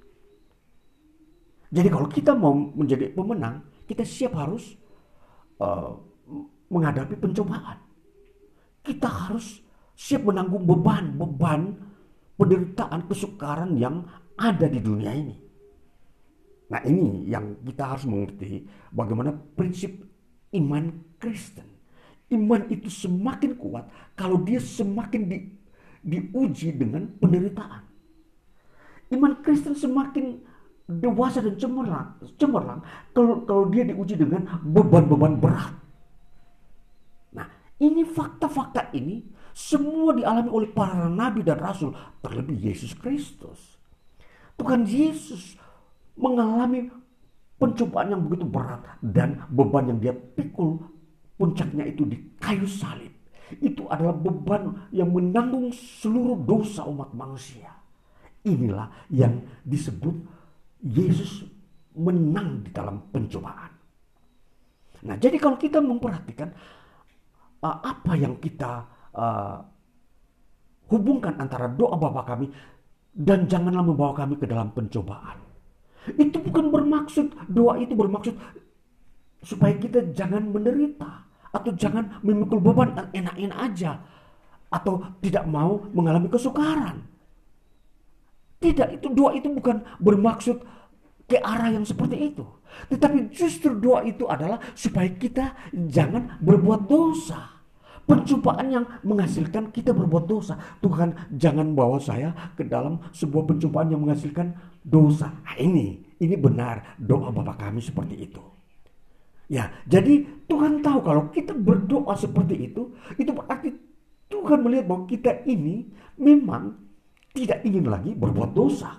Jadi kalau kita mau menjadi pemenang, kita siap harus uh, menghadapi pencobaan. Kita harus siap menanggung beban-beban, penderitaan, kesukaran yang ada di dunia ini. Nah ini yang kita harus mengerti, bagaimana prinsip iman Kristen. Iman itu semakin kuat kalau dia semakin di, diuji dengan penderitaan. Iman Kristen semakin dewasa dan cemerlang, cemerlang kalau, kalau dia diuji dengan beban-beban berat. Nah, ini fakta-fakta ini semua dialami oleh para nabi dan rasul, terlebih Yesus Kristus. Tuhan Yesus mengalami pencobaan yang begitu berat dan beban yang dia pikul, puncaknya itu di kayu salib. Itu adalah beban yang menanggung seluruh dosa umat manusia. Inilah yang disebut Yesus menang di dalam pencobaan. Nah, jadi kalau kita memperhatikan uh, apa yang kita uh, hubungkan antara doa Bapa kami dan janganlah membawa kami ke dalam pencobaan. Itu bukan bermaksud, doa itu bermaksud supaya kita jangan menderita atau jangan memikul beban enak-enak aja, atau tidak mau mengalami kesukaran. Tidak, itu doa itu bukan bermaksud ke arah yang seperti itu. Tetapi justru doa itu adalah supaya kita jangan berbuat dosa. Pencobaan yang menghasilkan kita berbuat dosa. Tuhan, jangan bawa saya ke dalam sebuah pencobaan yang menghasilkan dosa. Nah, ini, ini benar doa Bapa kami seperti itu. Ya, jadi Tuhan tahu kalau kita berdoa seperti itu, itu berarti Tuhan melihat bahwa kita ini memang tidak ingin lagi berbuat dosa.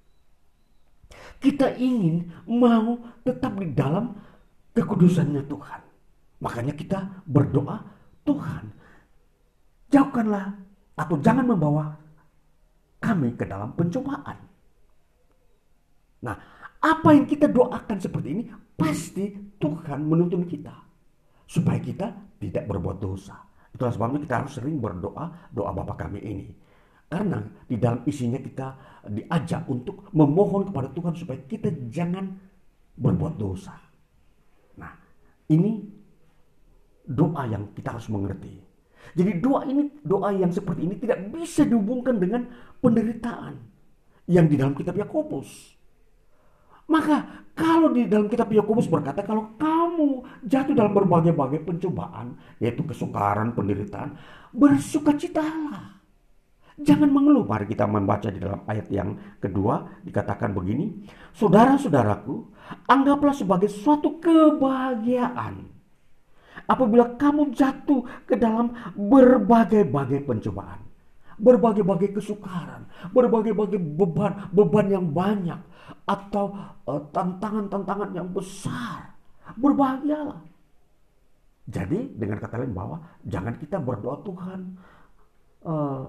Kita ingin mau tetap di dalam kekudusannya Tuhan. Makanya kita berdoa, Tuhan, jauhkanlah atau jangan membawa kami ke dalam pencobaan. Nah, apa yang kita doakan seperti ini, pasti Tuhan menuntun kita supaya kita tidak berbuat dosa. Itulah sebabnya kita harus sering berdoa, doa Bapa kami ini. Karena di dalam isinya kita diajak untuk memohon kepada Tuhan supaya kita jangan berbuat dosa. Nah, ini doa yang kita harus mengerti. Jadi doa ini, doa yang seperti ini tidak bisa dihubungkan dengan penderitaan yang di dalam kitab Yakobus. Maka kalau di dalam kitab Yakobus berkata kalau kamu jatuh dalam berbagai-bagai pencobaan, yaitu kesukaran, penderitaan, bersukacitalah. Jangan mengeluh. Mari kita membaca di dalam ayat yang kedua, dikatakan begini, saudara-saudaraku, anggaplah sebagai suatu kebahagiaan apabila kamu jatuh ke dalam berbagai-bagai pencobaan, berbagai-bagai kesukaran, berbagai-bagai beban, beban yang banyak, atau uh, tantangan-tantangan yang besar. Berbahagialah. Jadi dengan kata lain bahwa jangan kita berdoa, Tuhan, uh,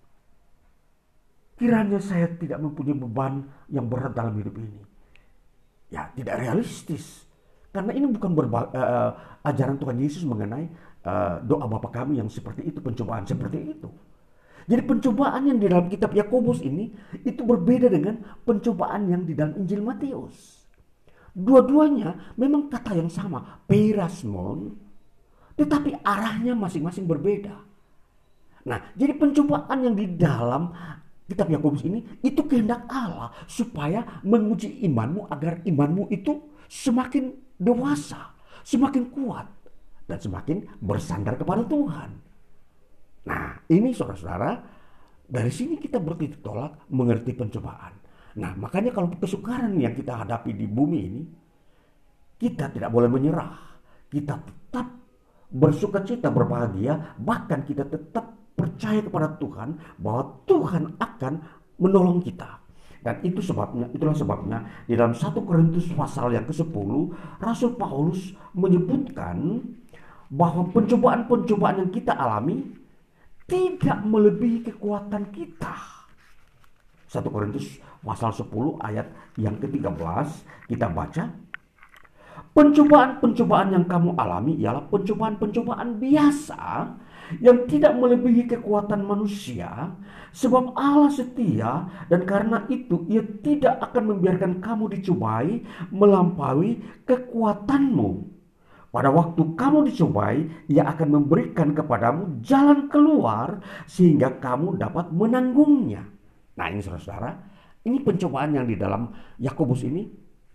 kiranya saya tidak mempunyai beban yang berat dalam hidup ini. Ya, tidak realistis. Karena ini bukan berba- uh, ajaran Tuhan Yesus mengenai uh, doa Bapa kami yang seperti itu, pencobaan seperti itu. Jadi pencobaan yang di dalam kitab Yakobus ini itu berbeda dengan pencobaan yang di dalam Injil Matius. Dua-duanya memang kata yang sama, peirasmon, tetapi arahnya masing-masing berbeda. Nah, jadi pencobaan yang di dalam kitab Yakobus ini itu kehendak Allah supaya menguji imanmu agar imanmu itu semakin dewasa, semakin kuat, dan semakin bersandar kepada Tuhan. Nah, ini saudara-saudara, dari sini kita bertitik tolak mengerti pencobaan. Nah, makanya kalau kesukaran yang kita hadapi di bumi ini, kita tidak boleh menyerah. Kita tetap bersukacita, berbahagia, bahkan kita tetap percaya kepada Tuhan bahwa Tuhan akan menolong kita. Dan itu sebabnya, itulah sebabnya di dalam satu Korintus pasal yang kesepuluh, Rasul Paulus menyebutkan bahwa pencobaan-pencobaan yang kita alami tidak melebihi kekuatan kita. satu Korintus pasal sepuluh ayat yang ketiga belas kita baca, pencobaan-pencobaan yang kamu alami ialah pencobaan-pencobaan biasa yang tidak melebihi kekuatan manusia, sebab Allah setia dan karena itu Ia tidak akan membiarkan kamu dicobai melampaui kekuatanmu. Pada waktu kamu dicobai, Ia akan memberikan kepadamu jalan keluar sehingga kamu dapat menanggungnya. Nah, ini saudara-saudara, ini pencobaan yang di dalam Yakobus ini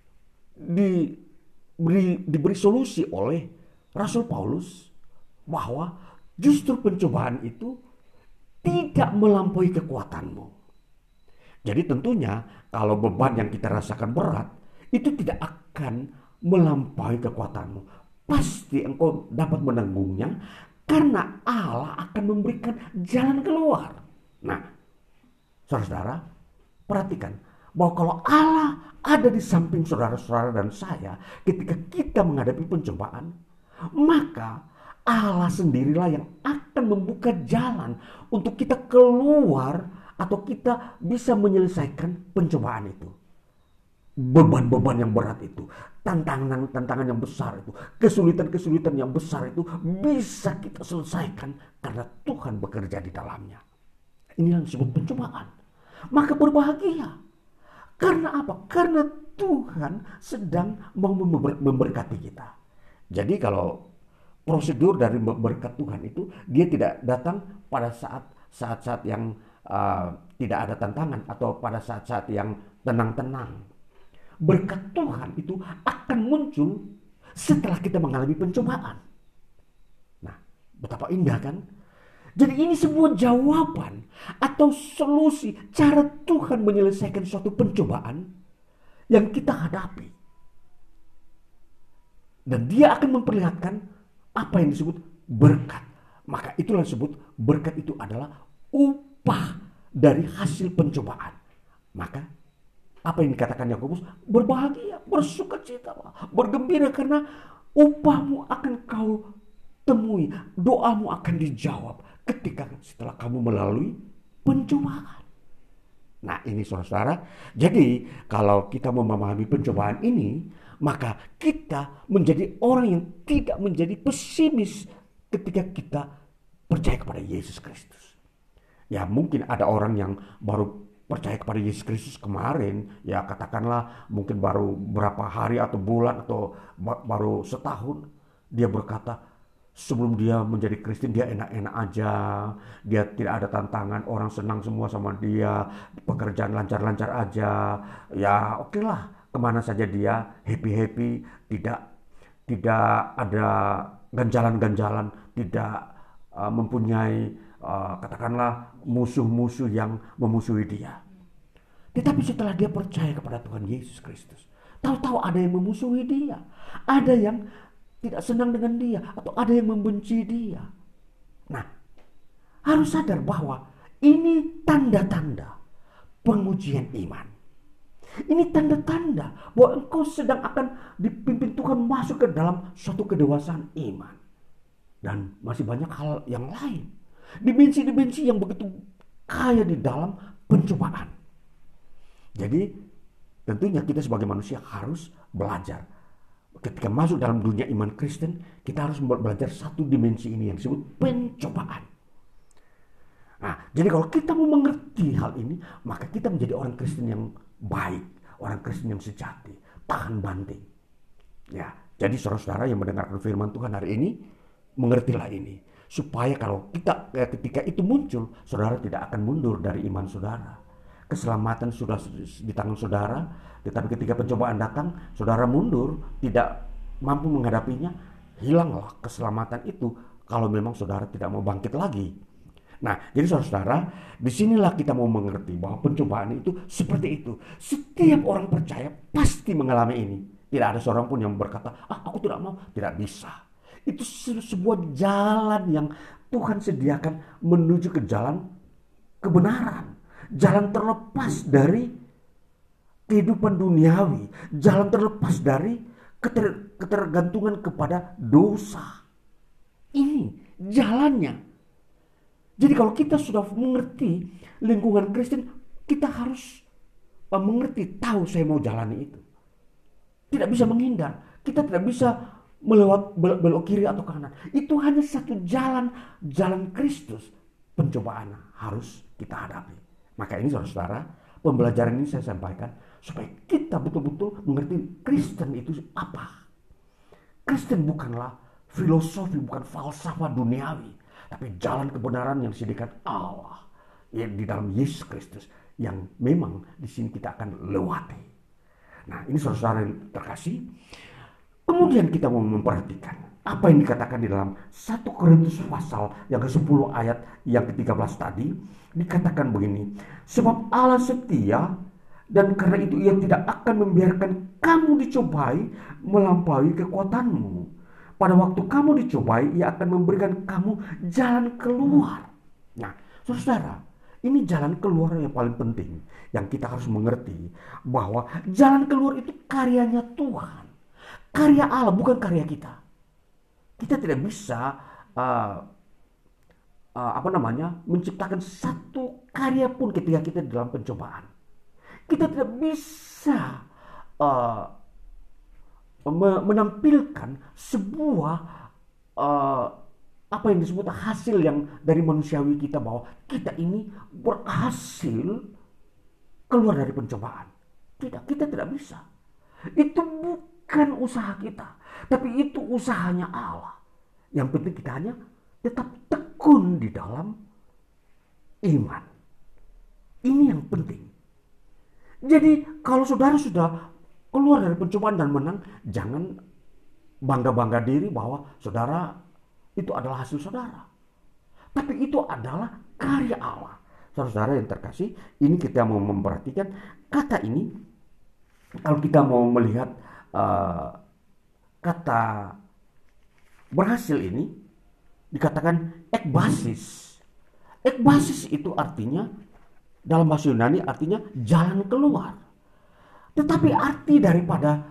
diberi, diberi solusi oleh Rasul Paulus bahwa justru pencobaan itu tidak melampaui kekuatanmu. Jadi tentunya kalau beban yang kita rasakan berat, itu tidak akan melampaui kekuatanmu. Pasti engkau dapat menanggungnya karena Allah akan memberikan jalan keluar. Nah, saudara-saudara, perhatikan bahwa kalau Allah ada di samping saudara-saudara dan saya ketika kita menghadapi pencobaan, maka Allah sendirilah yang akan membuka jalan untuk kita keluar atau kita bisa menyelesaikan pencobaan itu. Beban-beban yang berat itu, tantangan-tantangan yang besar itu, kesulitan-kesulitan yang besar itu bisa kita selesaikan karena Tuhan bekerja di dalamnya. Ini yang disebut pencobaan. Maka berbahagia. Karena apa? Karena Tuhan sedang mau memberkati kita. Jadi kalau prosedur dari berkat Tuhan itu, dia tidak datang pada saat saat-saat yang uh, tidak ada tantangan atau pada saat-saat yang tenang-tenang. Berkat Tuhan itu akan muncul setelah kita mengalami pencobaan. Nah, betapa indah kan? Jadi ini sebuah jawaban atau solusi cara Tuhan menyelesaikan suatu pencobaan yang kita hadapi. Dan dia akan memperlihatkan apa yang disebut berkat. Maka itulah disebut berkat itu adalah upah dari hasil pencobaan. Maka apa yang dikatakan Yakobus? Berbahagia, bersukacitalah, bergembira karena upahmu akan kau temui. Doamu akan dijawab ketika setelah kamu melalui pencobaan. Nah ini saudara-saudara, jadi kalau kita memahami pencobaan ini, maka kita menjadi orang yang tidak menjadi pesimis ketika kita percaya kepada Yesus Kristus. Ya mungkin ada orang yang baru percaya kepada Yesus Kristus kemarin, ya katakanlah mungkin baru berapa hari atau bulan atau baru setahun, dia berkata, sebelum dia menjadi Kristen dia enak-enak aja, dia tidak ada tantangan, orang senang semua sama dia, pekerjaan lancar-lancar aja, ya oke okay lah, kemana saja dia happy-happy, tidak tidak ada ganjalan-ganjalan, tidak uh, mempunyai uh, katakanlah musuh-musuh yang memusuhi dia. Tetapi setelah dia percaya kepada Tuhan Yesus Kristus, tahu-tahu ada yang memusuhi dia, ada yang tidak senang dengan dia, atau ada yang membenci dia. Nah, harus sadar bahwa ini tanda-tanda pengujian iman. Ini tanda-tanda bahwa engkau sedang akan dipimpin Tuhan masuk ke dalam suatu kedewasaan iman. Dan masih banyak hal yang lain. Dimensi-dimensi yang begitu kaya di dalam pencobaan. Jadi, tentunya kita sebagai manusia harus belajar. Ketika masuk dalam dunia iman Kristen, kita harus belajar satu dimensi ini yang disebut pencobaan. Nah, jadi kalau kita mau mengerti hal ini, maka kita menjadi orang Kristen yang baik, orang Kristen yang sejati, tahan banting. Ya, jadi saudara-saudara yang mendengarkan firman Tuhan hari ini, mengertilah ini, supaya kalau kita ketika itu muncul, saudara tidak akan mundur dari iman saudara. Keselamatan sudah di tangan saudara, tetapi ketika pencobaan datang, saudara mundur, tidak mampu menghadapinya, hilanglah keselamatan itu kalau memang saudara tidak mau bangkit lagi. Nah, jadi saudara-saudara, disinilah kita mau mengerti bahwa pencobaan itu seperti itu. Setiap orang percaya pasti mengalami ini. Tidak ada seorang pun yang berkata, ah aku tidak mau, tidak bisa. Itu sebuah jalan yang Tuhan sediakan menuju ke jalan kebenaran. Jalan terlepas dari kehidupan duniawi, jalan terlepas dari keter, ketergantungan kepada dosa. Ini jalannya. Jadi kalau kita sudah mengerti lingkungan Kristen, kita harus mengerti, tahu saya mau jalani itu. Tidak bisa menghindar, kita tidak bisa melewat belok kiri atau kanan. Itu hanya satu jalan, jalan Kristus. Pencobaan harus kita hadapi. Maka ini saudara-saudara, pembelajaran ini saya sampaikan supaya kita betul-betul mengerti Kristen itu apa. Kristen bukanlah filosofi, bukan falsafah duniawi, tapi jalan kebenaran yang disediakan Allah yang di dalam Yesus Kristus yang memang di sini kita akan lewati. Nah, ini saudara-saudara yang terkasih. Kemudian kita mau memperhatikan apa yang dikatakan di dalam satu Korintus pasal yang kesepuluh ayat yang ketiga belas tadi. Dikatakan begini, sebab Allah setia dan karena itu ia tidak akan membiarkan kamu dicobai melampaui kekuatanmu. Pada waktu kamu dicobai, ia akan memberikan kamu jalan keluar. Nah, saudara, ini jalan keluar yang paling penting yang kita harus mengerti bahwa jalan keluar itu karyanya Tuhan. Karya Allah, bukan karya kita. Kita tidak bisa uh, uh, apa namanya menciptakan satu karya pun ketika kita dalam pencobaan. Kita tidak bisa uh, menampilkan sebuah uh, apa yang disebut hasil yang dari manusiawi kita bahwa kita ini berhasil keluar dari pencobaan. Tidak, kita tidak bisa. Itu bukan usaha kita, tapi itu usahanya Allah. Yang penting kita hanya tetap tekun di dalam iman. Ini yang penting. Jadi kalau saudara sudah keluar dari pencobaan dan menang, jangan bangga-bangga diri bahwa saudara itu adalah hasil saudara. Tapi itu adalah karya Allah. Saudara yang terkasih, ini kita mau memperhatikan kata ini. Kalau kita mau melihat uh, kata berhasil ini, dikatakan ekbasis. Ekbasis itu artinya, dalam bahasa Yunani artinya jalan keluar. Tetapi arti daripada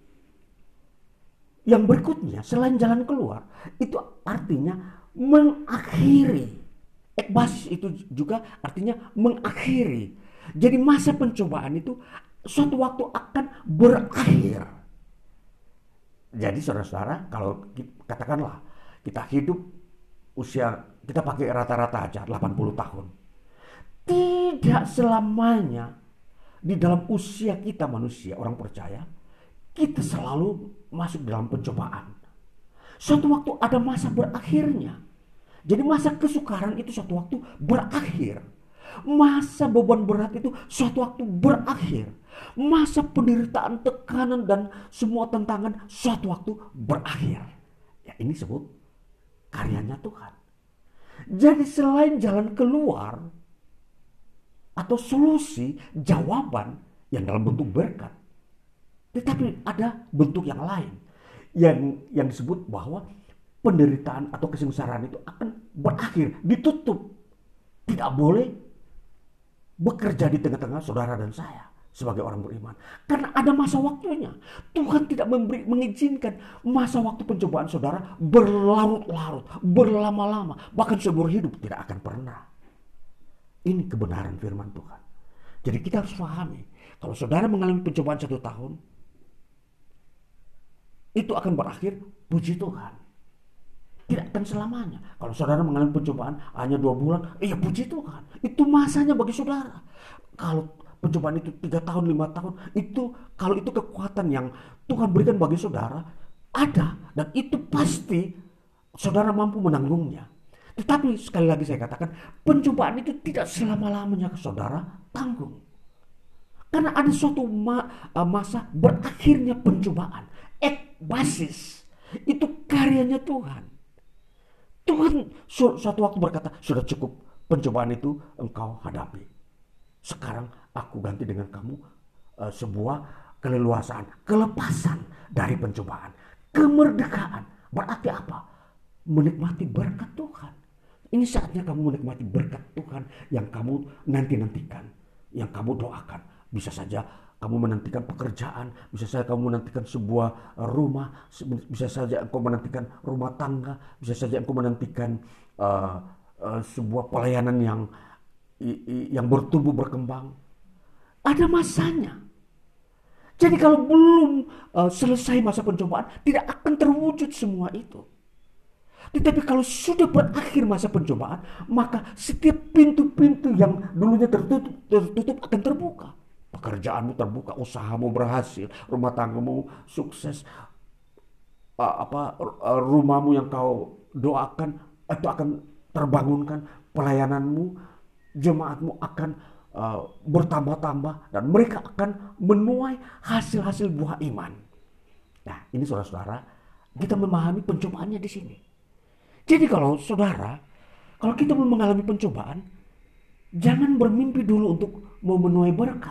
yang berikutnya selain jalan keluar, itu artinya mengakhiri. Ekbasis itu juga artinya mengakhiri. Jadi masa pencobaan itu suatu waktu akan berakhir. Jadi saudara-saudara, kalau katakanlah kita hidup usia, kita pakai rata-rata aja delapan puluh tahun. Tidak selamanya di dalam usia kita manusia, orang percaya, kita selalu masuk dalam pencobaan. Suatu waktu ada masa berakhirnya. Jadi masa kesukaran itu suatu waktu berakhir. Masa beban berat itu suatu waktu berakhir. Masa penderitaan, tekanan, dan semua tantangan suatu waktu berakhir. Ya, ini disebut karyanya Tuhan. Jadi selain jalan keluar atau solusi, jawaban yang dalam bentuk berkat, tetapi ada bentuk yang lain yang yang disebut bahwa penderitaan atau kesengsaraan itu akan berakhir, ditutup. Tidak boleh bekerja di tengah-tengah saudara dan saya sebagai orang beriman, karena ada masa waktunya. Tuhan tidak memberi, mengizinkan masa waktu pencobaan saudara berlarut-larut, berlama-lama, bahkan seumur hidup tidak akan pernah. Ini kebenaran firman Tuhan. Jadi kita harus pahami, kalau saudara mengalami pencobaan satu tahun, itu akan berakhir, puji Tuhan. Tidak akan selamanya. Kalau saudara mengalami pencobaan hanya dua bulan, iya puji Tuhan. Itu masanya bagi saudara. Kalau pencobaan itu tiga tahun, lima tahun, itu kalau itu kekuatan yang Tuhan berikan bagi saudara, ada. Dan itu pasti saudara mampu menanggungnya. Tetapi sekali lagi saya katakan, pencobaan itu tidak selama-lamanya saudara tanggung. Karena ada suatu ma- masa berakhirnya pencobaan. Ekbasis. Itu karyanya Tuhan. Tuhan suatu waktu berkata, sudah cukup pencobaan itu engkau hadapi. Sekarang aku ganti dengan kamu uh, sebuah keleluasaan, kelepasan dari pencobaan. Kemerdekaan. Berarti apa? Menikmati berkat Tuhan. Ini saatnya kamu menikmati berkat Tuhan yang kamu nanti-nantikan, yang kamu doakan. Bisa saja kamu menantikan pekerjaan, bisa saja kamu menantikan sebuah rumah, bisa saja engkau menantikan rumah tangga, bisa saja engkau menantikan uh, uh, sebuah pelayanan yang yang bertumbuh berkembang. Ada masanya. Jadi kalau belum uh, selesai masa pencobaan, tidak akan terwujud semua itu. Tetapi kalau sudah berakhir masa pencobaan, maka setiap pintu-pintu yang dulunya tertutup, tertutup akan terbuka. Pekerjaanmu terbuka, usahamu berhasil, rumah tanggamu sukses, uh, apa uh, rumahmu yang kau doakan itu akan terbangunkan, pelayananmu, jemaatmu akan uh, bertambah-tambah, dan mereka akan menuai hasil-hasil buah iman. Nah, ini saudara-saudara, kita memahami pencobaannya di sini. Jadi kalau saudara, kalau kita belum mengalami pencobaan, jangan bermimpi dulu untuk memenuhi berkat.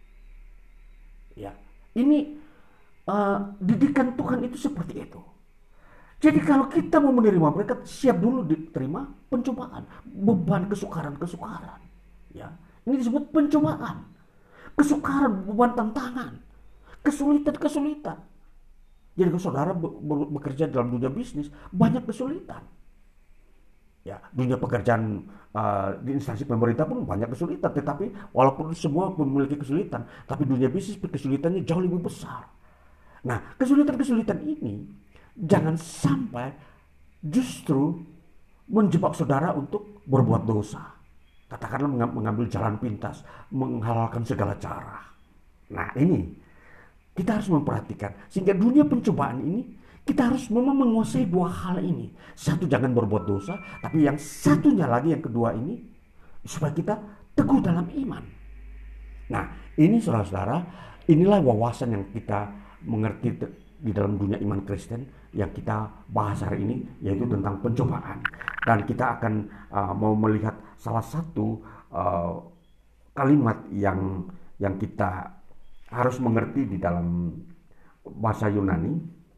Ya, ini uh, didikan Tuhan itu seperti itu. Jadi kalau kita mau menerima berkat, siap dulu diterima pencobaan, beban kesukaran-kesukaran. Ya, ini disebut pencobaan, kesukaran, beban tantangan, kesulitan-kesulitan. Jadi kalau saudara bekerja dalam dunia bisnis, banyak kesulitan. Ya, dunia pekerjaan uh, di instansi pemerintah pun banyak kesulitan, tetapi walaupun semua memiliki kesulitan, tapi dunia bisnis kesulitannya jauh lebih besar. Nah, kesulitan-kesulitan ini jangan sampai justru menjebak saudara untuk berbuat dosa. Katakanlah mengambil jalan pintas, menghalalkan segala cara. Nah, ini kita harus memperhatikan sehingga dunia pencobaan ini kita harus memang menguasai dua hal ini. Satu, jangan berbuat dosa, tapi yang satunya lagi, yang kedua ini, supaya kita teguh dalam iman. Nah, ini saudara-saudara, inilah wawasan yang kita mengerti di dalam dunia iman Kristen yang kita bahas hari ini, yaitu tentang pencobaan. Dan kita akan uh, mau melihat salah satu uh, kalimat yang yang kita harus mengerti di dalam bahasa Yunani.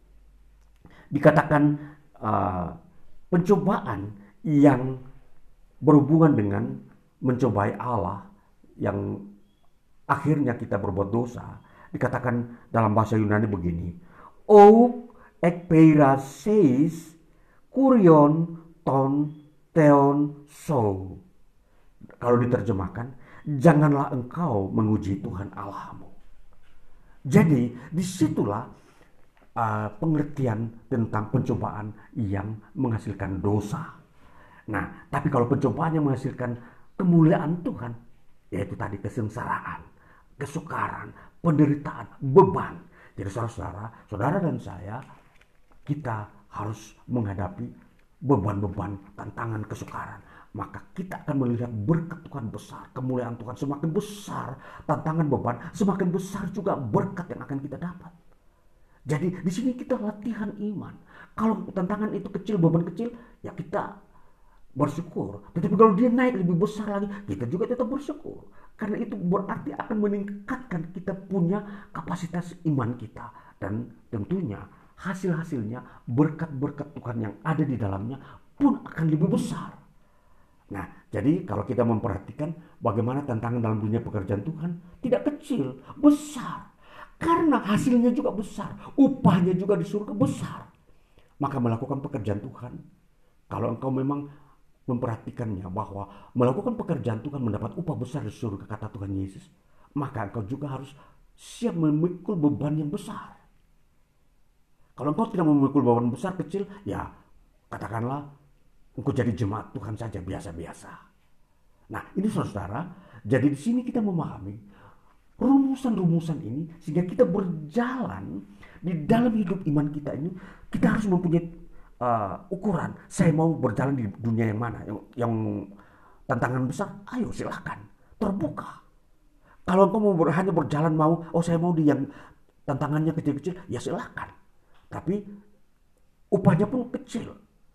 Dikatakan uh, pencobaan yang berhubungan dengan mencobai Allah, yang akhirnya kita berbuat dosa. Dikatakan dalam bahasa Yunani begini, O ekpeiraseis kurion ton theon so. Kalau diterjemahkan, janganlah engkau menguji Tuhan Allahmu. Jadi disitulah uh, pengertian tentang pencobaan yang menghasilkan dosa. Nah, tapi kalau pencobaan yang menghasilkan kemuliaan Tuhan, yaitu tadi kesengsaraan, kesukaran, penderitaan, beban. Jadi saudara-saudara, saudara dan saya, kita harus menghadapi beban-beban, tantangan, kesukaran. Maka kita akan melihat berkat Tuhan besar, kemuliaan Tuhan semakin besar, tantangan, beban semakin besar juga berkat yang akan kita dapat. Jadi di sini kita latihan iman. Kalau tantangan itu kecil, beban kecil, ya kita bersyukur. Tetapi kalau dia naik lebih besar lagi, kita juga tetap bersyukur. Karena itu berarti akan meningkatkan kita punya kapasitas iman kita. Dan tentunya hasil-hasilnya, berkat-berkat Tuhan yang ada di dalamnya pun akan lebih besar. Nah, jadi kalau kita memperhatikan bagaimana tantangan dalam dunia pekerjaan Tuhan, tidak kecil, besar. Karena hasilnya juga besar, upahnya juga di surga besar. Maka melakukan pekerjaan Tuhan, kalau engkau memang memperhatikannya bahwa melakukan pekerjaan Tuhan mendapat upah besar di surga, kata Tuhan Yesus, maka engkau juga harus siap memikul beban yang besar. Kalau engkau tidak memikul beban besar kecil, ya katakanlah engkau jadi jemaat Tuhan saja biasa-biasa. Nah, ini saudara, jadi di sini kita memahami rumusan-rumusan ini sehingga kita berjalan di dalam hidup iman kita ini. Kita harus mempunyai uh, ukuran. Saya mau berjalan di dunia yang mana? Yang, yang tantangan besar, ayo silahkan, terbuka. Kalau engkau mau ber, hanya berjalan mau, oh saya mau di yang tantangannya kecil-kecil, ya silahkan. Tapi upahnya pun kecil.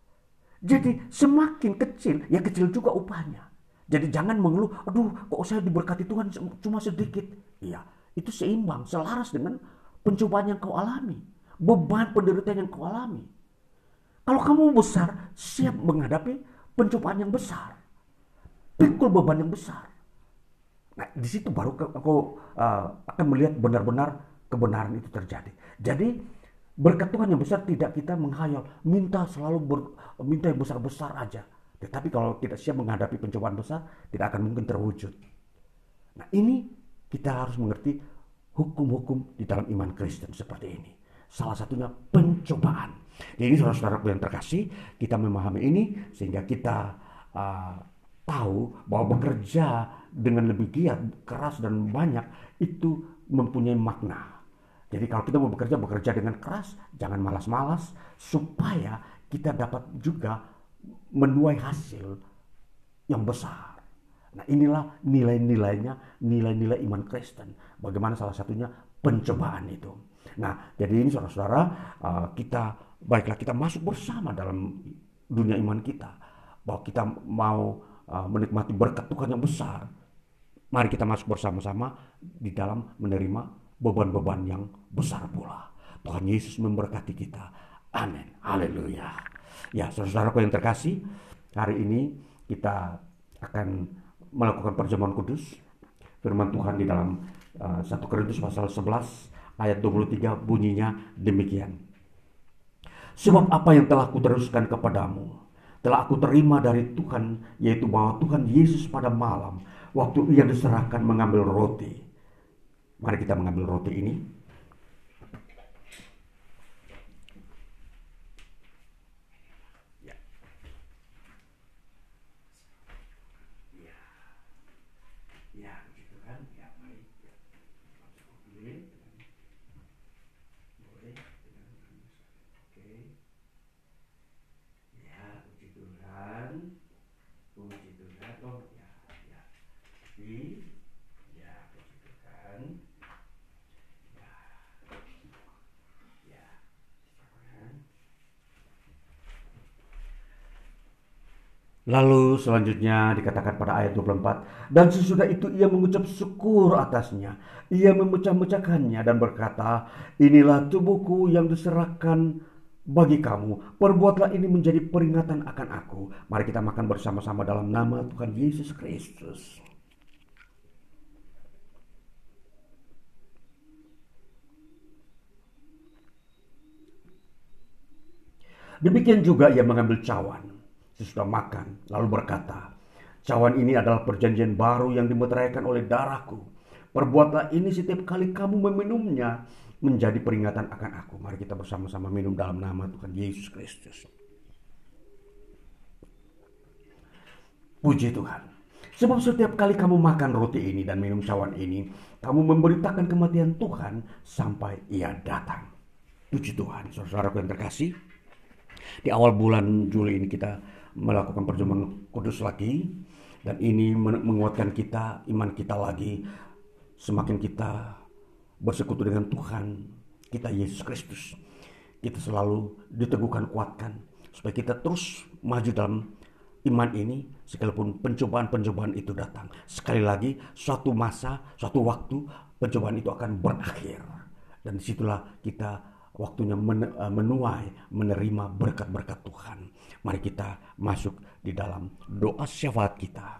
Jadi semakin kecil, ya kecil juga upahnya. Jadi jangan mengeluh, aduh kok saya diberkati Tuhan cuma sedikit. Iya, itu seimbang, selaras dengan pencobaan yang kau alami. Beban penderitaan yang kau alami. Kalau kamu besar, siap menghadapi pencobaan yang besar. Pikul beban yang besar. Nah, di situ baru kau uh, akan melihat benar-benar kebenaran itu terjadi. Jadi berkat Tuhan yang besar tidak kita menghayal, minta selalu ber, minta yang besar-besar aja. Tetapi kalau tidak siap menghadapi pencobaan besar, tidak akan mungkin terwujud. Nah, ini kita harus mengerti hukum-hukum di dalam iman Kristen seperti ini. Salah satunya pencobaan. Jadi saudara-saudaraku yang terkasih, kita memahami ini sehingga kita uh, tahu bahwa bekerja dengan lebih giat, keras dan banyak itu mempunyai makna. Jadi kalau kita mau bekerja, bekerja dengan keras, jangan malas-malas, supaya kita dapat juga menuai hasil yang besar. Nah, inilah nilai-nilainya, nilai-nilai iman Kristen. Bagaimana salah satunya pencobaan itu. Nah, jadi ini saudara-saudara, kita, baiklah kita masuk bersama dalam dunia iman kita. Bahwa kita mau menikmati berkat Tuhan yang besar. Mari kita masuk bersama-sama di dalam menerima beban-beban yang besar pula. Tuhan Yesus memberkati kita. Amin. Haleluya. Ya, saudara-saudaraku yang terkasih, hari ini kita akan melakukan perjamuan kudus. Firman Tuhan di dalam uh, satu Korintus pasal sebelas ayat dua puluh tiga bunyinya demikian. Sebab apa yang telah kuteruskan kepadamu, telah aku terima dari Tuhan, yaitu bahwa Tuhan Yesus pada malam, waktu ia diserahkan mengambil roti. Mari kita mengambil roti ini. Ya. Ya. Ya, begitu kan? Ya, baik. Ya. Boleh. Boleh. Oke. Lalu selanjutnya dikatakan pada ayat dua puluh empat, dan sesudah itu ia mengucap syukur atasnya. Ia memecah-mecahkannya dan berkata, inilah tubuhku yang diserahkan bagi kamu. Perbuatlah ini menjadi peringatan akan aku. Mari kita makan bersama-sama dalam nama Tuhan Yesus Kristus. Demikian juga ia mengambil cawan sesudah makan, lalu berkata, cawan ini adalah perjanjian baru yang dimeteraikan oleh darahku. Perbuatlah ini setiap kali kamu meminumnya menjadi peringatan akan aku. Mari kita bersama-sama minum dalam nama Tuhan Yesus Kristus. Puji Tuhan. Sebab setiap kali kamu makan roti ini dan minum cawan ini, kamu memberitakan kematian Tuhan sampai ia datang. Puji Tuhan. Saudara-saudaraku yang terkasih, di awal bulan Juli ini kita melakukan perjamuan kudus lagi, dan ini menguatkan kita, iman kita lagi. Semakin kita bersekutu dengan Tuhan kita Yesus Kristus, kita selalu diteguhkan, kuatkan, supaya kita terus maju dalam iman ini sekalipun pencobaan-pencobaan itu datang. Sekali lagi, suatu masa, suatu waktu pencobaan itu akan berakhir, dan disitulah kita waktunya menuai, menerima berkat-berkat Tuhan. Mari kita masuk di dalam doa syafaat kita.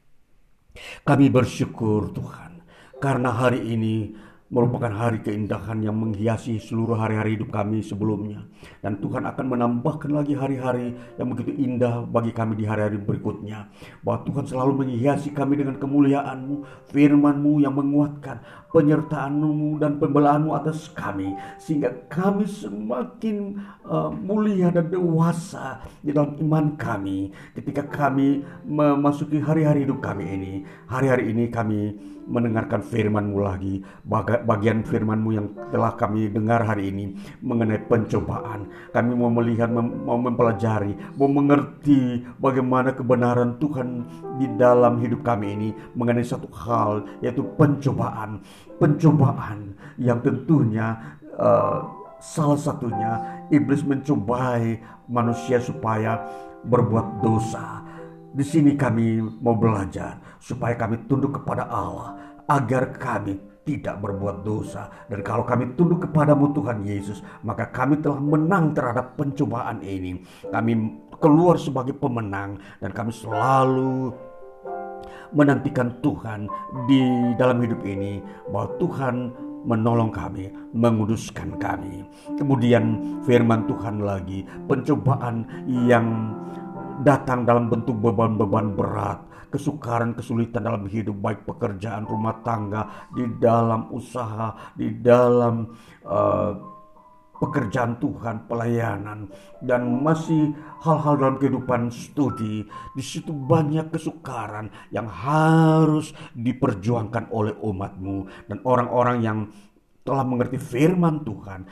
Kami bersyukur Tuhan, karena hari ini merupakan hari keindahan yang menghiasi seluruh hari-hari hidup kami sebelumnya. Dan Tuhan akan menambahkan lagi hari-hari yang begitu indah bagi kami di hari-hari berikutnya. Bahwa Tuhan selalu menghiasi kami dengan kemuliaan-Mu, firman-Mu yang menguatkan, penyertaan-Mu dan pembelaanmu atas kami, sehingga kami semakin uh, mulia dan dewasa di dalam iman kami ketika kami memasuki hari-hari hidup kami ini. Hari-hari ini kami mendengarkan firman-Mu lagi, bagian firman-Mu yang telah kami dengar hari ini mengenai pencobaan. Kami mau melihat, mau mempelajari, mau mengerti bagaimana kebenaran Tuhan di dalam hidup kami ini mengenai satu hal, yaitu pencobaan. Pencobaan yang tentunya uh, salah satunya iblis mencobai manusia supaya berbuat dosa. Di sini kami mau belajar supaya kami tunduk kepada Allah, agar kami tidak berbuat dosa. Dan kalau kami tunduk kepadamu Tuhan Yesus, maka kami telah menang terhadap pencobaan ini. Kami keluar sebagai pemenang, dan kami selalu menantikan Tuhan di dalam hidup ini, bahwa Tuhan menolong kami, menguduskan kami. Kemudian firman Tuhan lagi, pencobaan yang datang dalam bentuk beban-beban berat, kesukaran, kesulitan dalam hidup, baik pekerjaan, rumah tangga, di dalam usaha, di dalam uh, pekerjaan Tuhan, pelayanan, dan masih hal-hal dalam kehidupan studi. Di situ banyak kesukaran yang harus diperjuangkan oleh umat-Mu dan orang-orang yang telah mengerti firman Tuhan,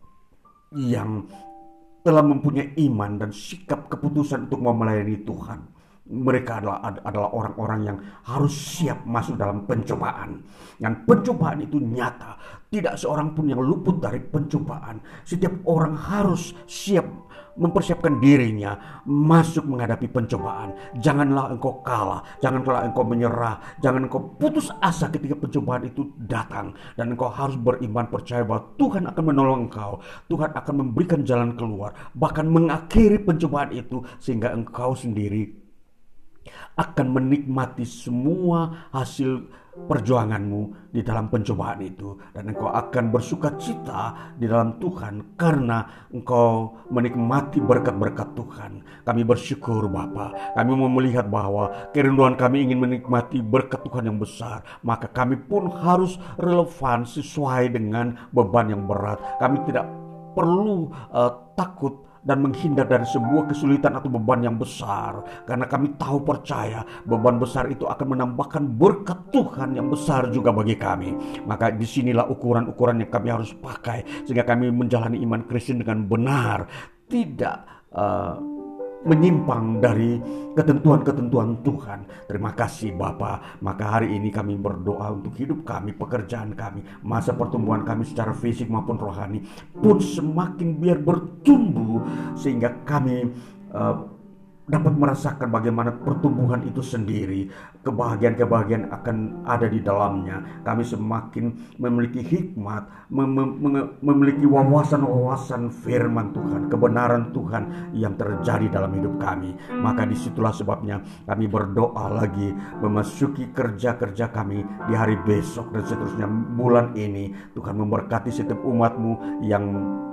yang telah mempunyai iman dan sikap keputusan untuk mau melayani Tuhan. Mereka adalah adalah orang-orang yang harus siap masuk dalam pencobaan. Dan pencobaan itu nyata. Tidak seorang pun yang luput dari pencobaan. Setiap orang harus siap mempersiapkan dirinya masuk menghadapi pencobaan. Janganlah engkau kalah, janganlah engkau menyerah, jangan engkau putus asa ketika pencobaan itu datang. Dan engkau harus beriman, percaya bahwa Tuhan akan menolong engkau. Tuhan akan memberikan jalan keluar, bahkan mengakhiri pencobaan itu, sehingga engkau sendiri akan menikmati semua hasil perjuanganmu di dalam pencobaan itu, dan engkau akan bersuka cita di dalam Tuhan karena engkau menikmati berkat-berkat Tuhan. Kami bersyukur Bapa, kami mau melihat bahwa kerinduan kami ingin menikmati berkat Tuhan yang besar, maka kami pun harus relevan sesuai dengan beban yang berat. Kami tidak perlu uh, takut dan menghindar dari sebuah kesulitan atau beban yang besar, karena kami tahu, percaya beban besar itu akan menambahkan berkat Tuhan yang besar juga bagi kami. Maka disinilah ukuran-ukuran yang kami harus pakai, sehingga kami menjalani iman Kristen dengan benar, tidak uh, menyimpang dari ketentuan-ketentuan Tuhan. Terima kasih Bapa. Maka hari ini kami berdoa untuk hidup kami, pekerjaan kami, masa pertumbuhan kami secara fisik maupun rohani pun semakin biar bertumbuh, sehingga kami uh, dapat merasakan bagaimana pertumbuhan itu sendiri, kebahagiaan-kebahagiaan akan ada di dalamnya. Kami semakin memiliki hikmat, mem- mem- memiliki wawasan-wawasan firman Tuhan, kebenaran Tuhan yang terjadi dalam hidup kami. Maka disitulah sebabnya kami berdoa lagi memasuki kerja-kerja kami di hari besok dan seterusnya bulan ini. Tuhan memberkati setiap umat-Mu yang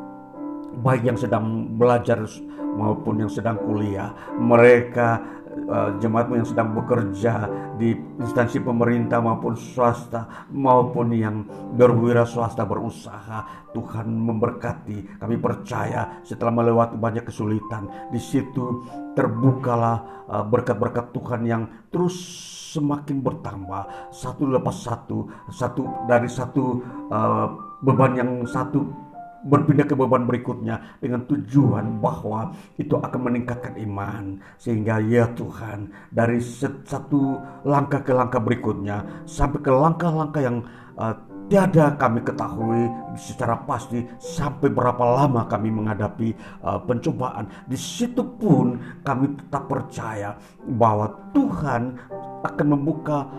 baik yang sedang belajar maupun yang sedang kuliah, mereka uh, jemaat-Mu yang sedang bekerja di instansi pemerintah maupun swasta, maupun yang berwira swasta berusaha. Tuhan memberkati. Kami percaya setelah melewati banyak kesulitan, di situ terbukalah uh, berkat-berkat Tuhan yang terus semakin bertambah, satu lepas satu, satu dari satu uh, beban yang satu berpindah ke beban berikutnya, dengan tujuan bahwa itu akan meningkatkan iman, sehingga ya Tuhan, dari satu langkah ke langkah berikutnya sampai ke langkah-langkah yang uh, tiada kami ketahui secara pasti sampai berapa lama kami menghadapi uh, pencobaan. Di situ pun kami tetap percaya bahwa Tuhan akan membuka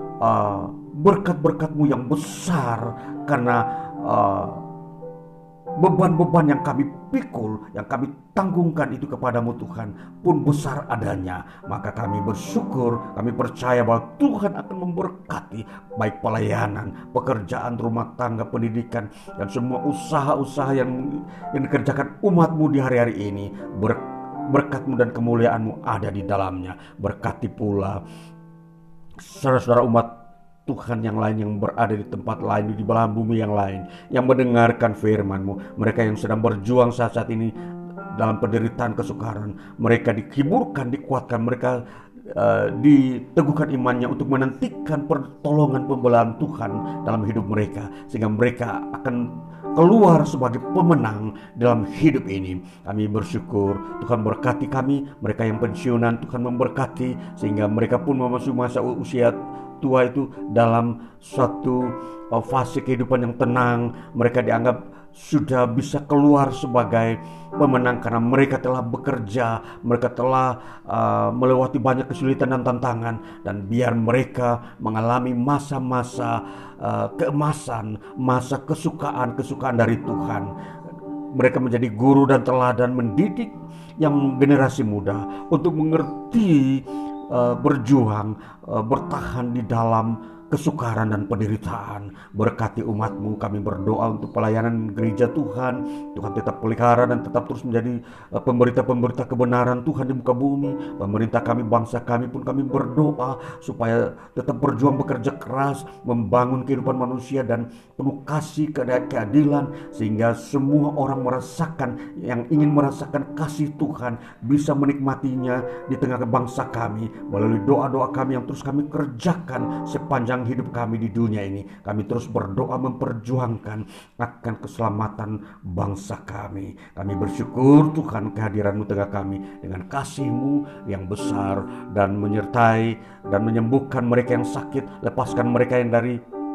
uh, berkat-berkat-Mu yang besar, karena uh, beban-beban yang kami pikul, yang kami tanggungkan itu kepadamu Tuhan pun besar adanya. Maka kami bersyukur, kami percaya bahwa Tuhan akan memberkati baik pelayanan, pekerjaan, rumah tangga, pendidikan, dan semua usaha-usaha yang, yang dikerjakan umat-Mu di hari-hari ini. Ber, berkat-Mu dan kemuliaan-Mu ada di dalamnya. Berkati pula saudara-saudara umat Tuhan yang lain yang berada di tempat lain, di belahan bumi yang lain, yang mendengarkan firman-Mu. Mereka yang sedang berjuang saat-saat ini dalam penderitaan kesukaran, mereka dihiburkan, dikuatkan, mereka uh, diteguhkan imannya untuk menantikan pertolongan pembelaan Tuhan dalam hidup mereka, sehingga mereka akan keluar sebagai pemenang dalam hidup ini. Kami bersyukur Tuhan berkati kami, mereka yang pensiunan Tuhan memberkati, sehingga mereka pun memasuki masa usia tua itu dalam suatu uh, fase kehidupan yang tenang. Mereka dianggap sudah bisa keluar sebagai pemenang karena mereka telah bekerja, mereka telah uh, melewati banyak kesulitan dan tantangan, dan biar mereka mengalami masa-masa uh, keemasan, masa kesukaan-kesukaan dari Tuhan. Mereka menjadi guru dan teladan mendidik yang generasi muda untuk mengerti Uh, berjuang, uh, bertahan di dalam kesukaran dan penderitaan. Berkati umat-Mu, kami berdoa untuk pelayanan gereja Tuhan. Tuhan tetap pelihara dan tetap terus menjadi uh, pemberita-pemberita kebenaran Tuhan di muka bumi. Pemerintah kami, bangsa kami pun kami berdoa supaya tetap berjuang, bekerja keras, membangun kehidupan manusia dan penuh kasih, keadilan, sehingga semua orang merasakan, yang ingin merasakan kasih Tuhan bisa menikmatinya di tengah bangsa kami melalui doa-doa kami yang terus kami kerjakan sepanjang hidup kami di dunia ini. Kami terus berdoa memperjuangkan akan keselamatan bangsa kami. Kami bersyukur Tuhan kehadiran-Mu tengah kami dengan kasih-Mu yang besar dan menyertai dan menyembuhkan mereka yang sakit, lepaskan mereka yang dari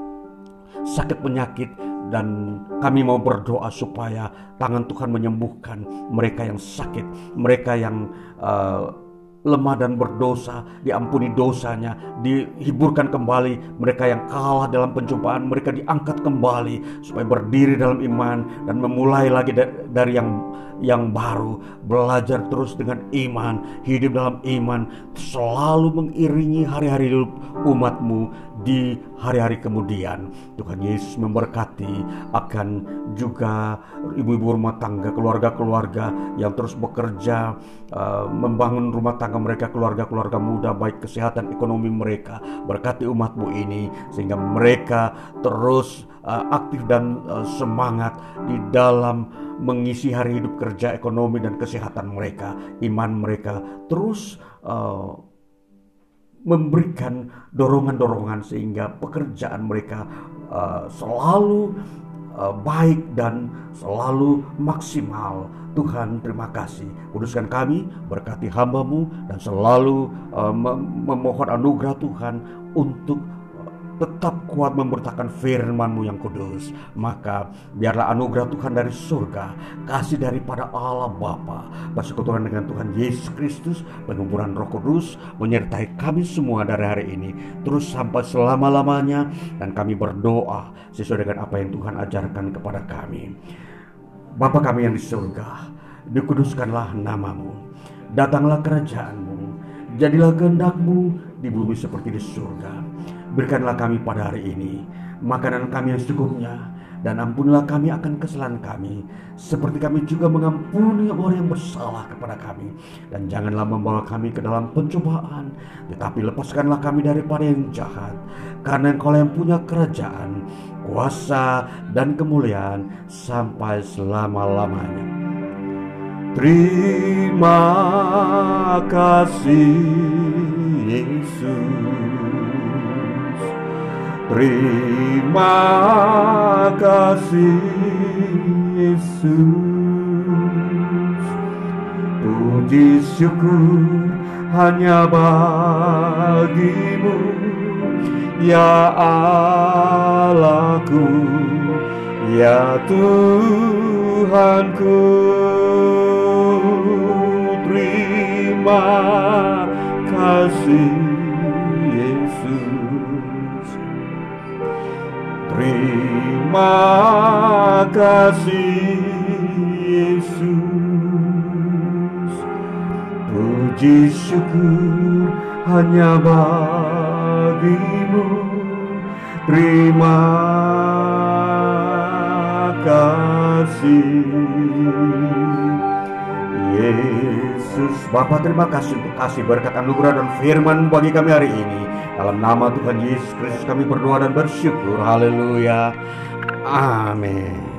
sakit penyakit. Dan kami mau berdoa supaya tangan Tuhan menyembuhkan mereka yang sakit, mereka yang uh, lemah dan berdosa, diampuni dosanya, dihiburkan kembali. Mereka yang kalah dalam pencobaan, mereka diangkat kembali supaya berdiri dalam iman dan memulai lagi dari yang yang baru, belajar terus dengan iman, hidup dalam iman, selalu mengiringi hari-hari hidup umat-Mu di hari-hari kemudian. Tuhan Yesus memberkati akan juga ibu-ibu rumah tangga, keluarga-keluarga yang terus bekerja uh, membangun rumah tangga mereka, keluarga-keluarga muda, baik kesehatan ekonomi mereka. Berkati umat-Mu ini sehingga mereka terus uh, aktif dan uh, semangat di dalam mengisi hari hidup kerja, ekonomi, dan kesehatan mereka. Iman mereka terus uh, memberikan dorongan-dorongan sehingga pekerjaan mereka uh, selalu uh, baik dan selalu maksimal. Tuhan, terima kasih. Kuduskan kami, berkati hamba-Mu, dan selalu uh, mem- memohon anugerah Tuhan untuk tetap kuat memberitakan firman-Mu yang kudus. Maka biarlah anugerah Tuhan dari surga, kasih daripada Allah Bapa, persekutuan dengan Tuhan Yesus Kristus, pengumpulan Roh Kudus menyertai kami semua dari hari ini terus sampai selama-lamanya. Dan kami berdoa sesuai dengan apa yang Tuhan ajarkan kepada kami. Bapa kami yang di surga, dikuduskanlah nama-Mu, datanglah kerajaan-Mu, jadilah kehendak-Mu di bumi seperti di surga. Berikanlah kami pada hari ini makanan kami yang secukupnya, dan ampunilah kami akan kesalahan kami, seperti kami juga mengampuni orang yang bersalah kepada kami. Dan janganlah membawa kami ke dalam pencobaan, tetapi lepaskanlah kami daripada yang jahat. Karena Engkau yang punya kerajaan, kuasa, dan kemuliaan sampai selama-lamanya. Terima kasih Yesus. Terima kasih Yesus. Puji syukur hanya bagi-Mu, ya Allahku, ya Tuhanku. Terima kasih Yesus. Terima kasih Yesus. Puji syukur hanya bagi-Mu. Terima kasih Yesus. Bapa, terima kasih untuk kasih berkat anugerah dan firman bagi kami hari ini. Dalam nama Tuhan Yesus Kristus kami berdoa dan bersyukur. Haleluya. Amin.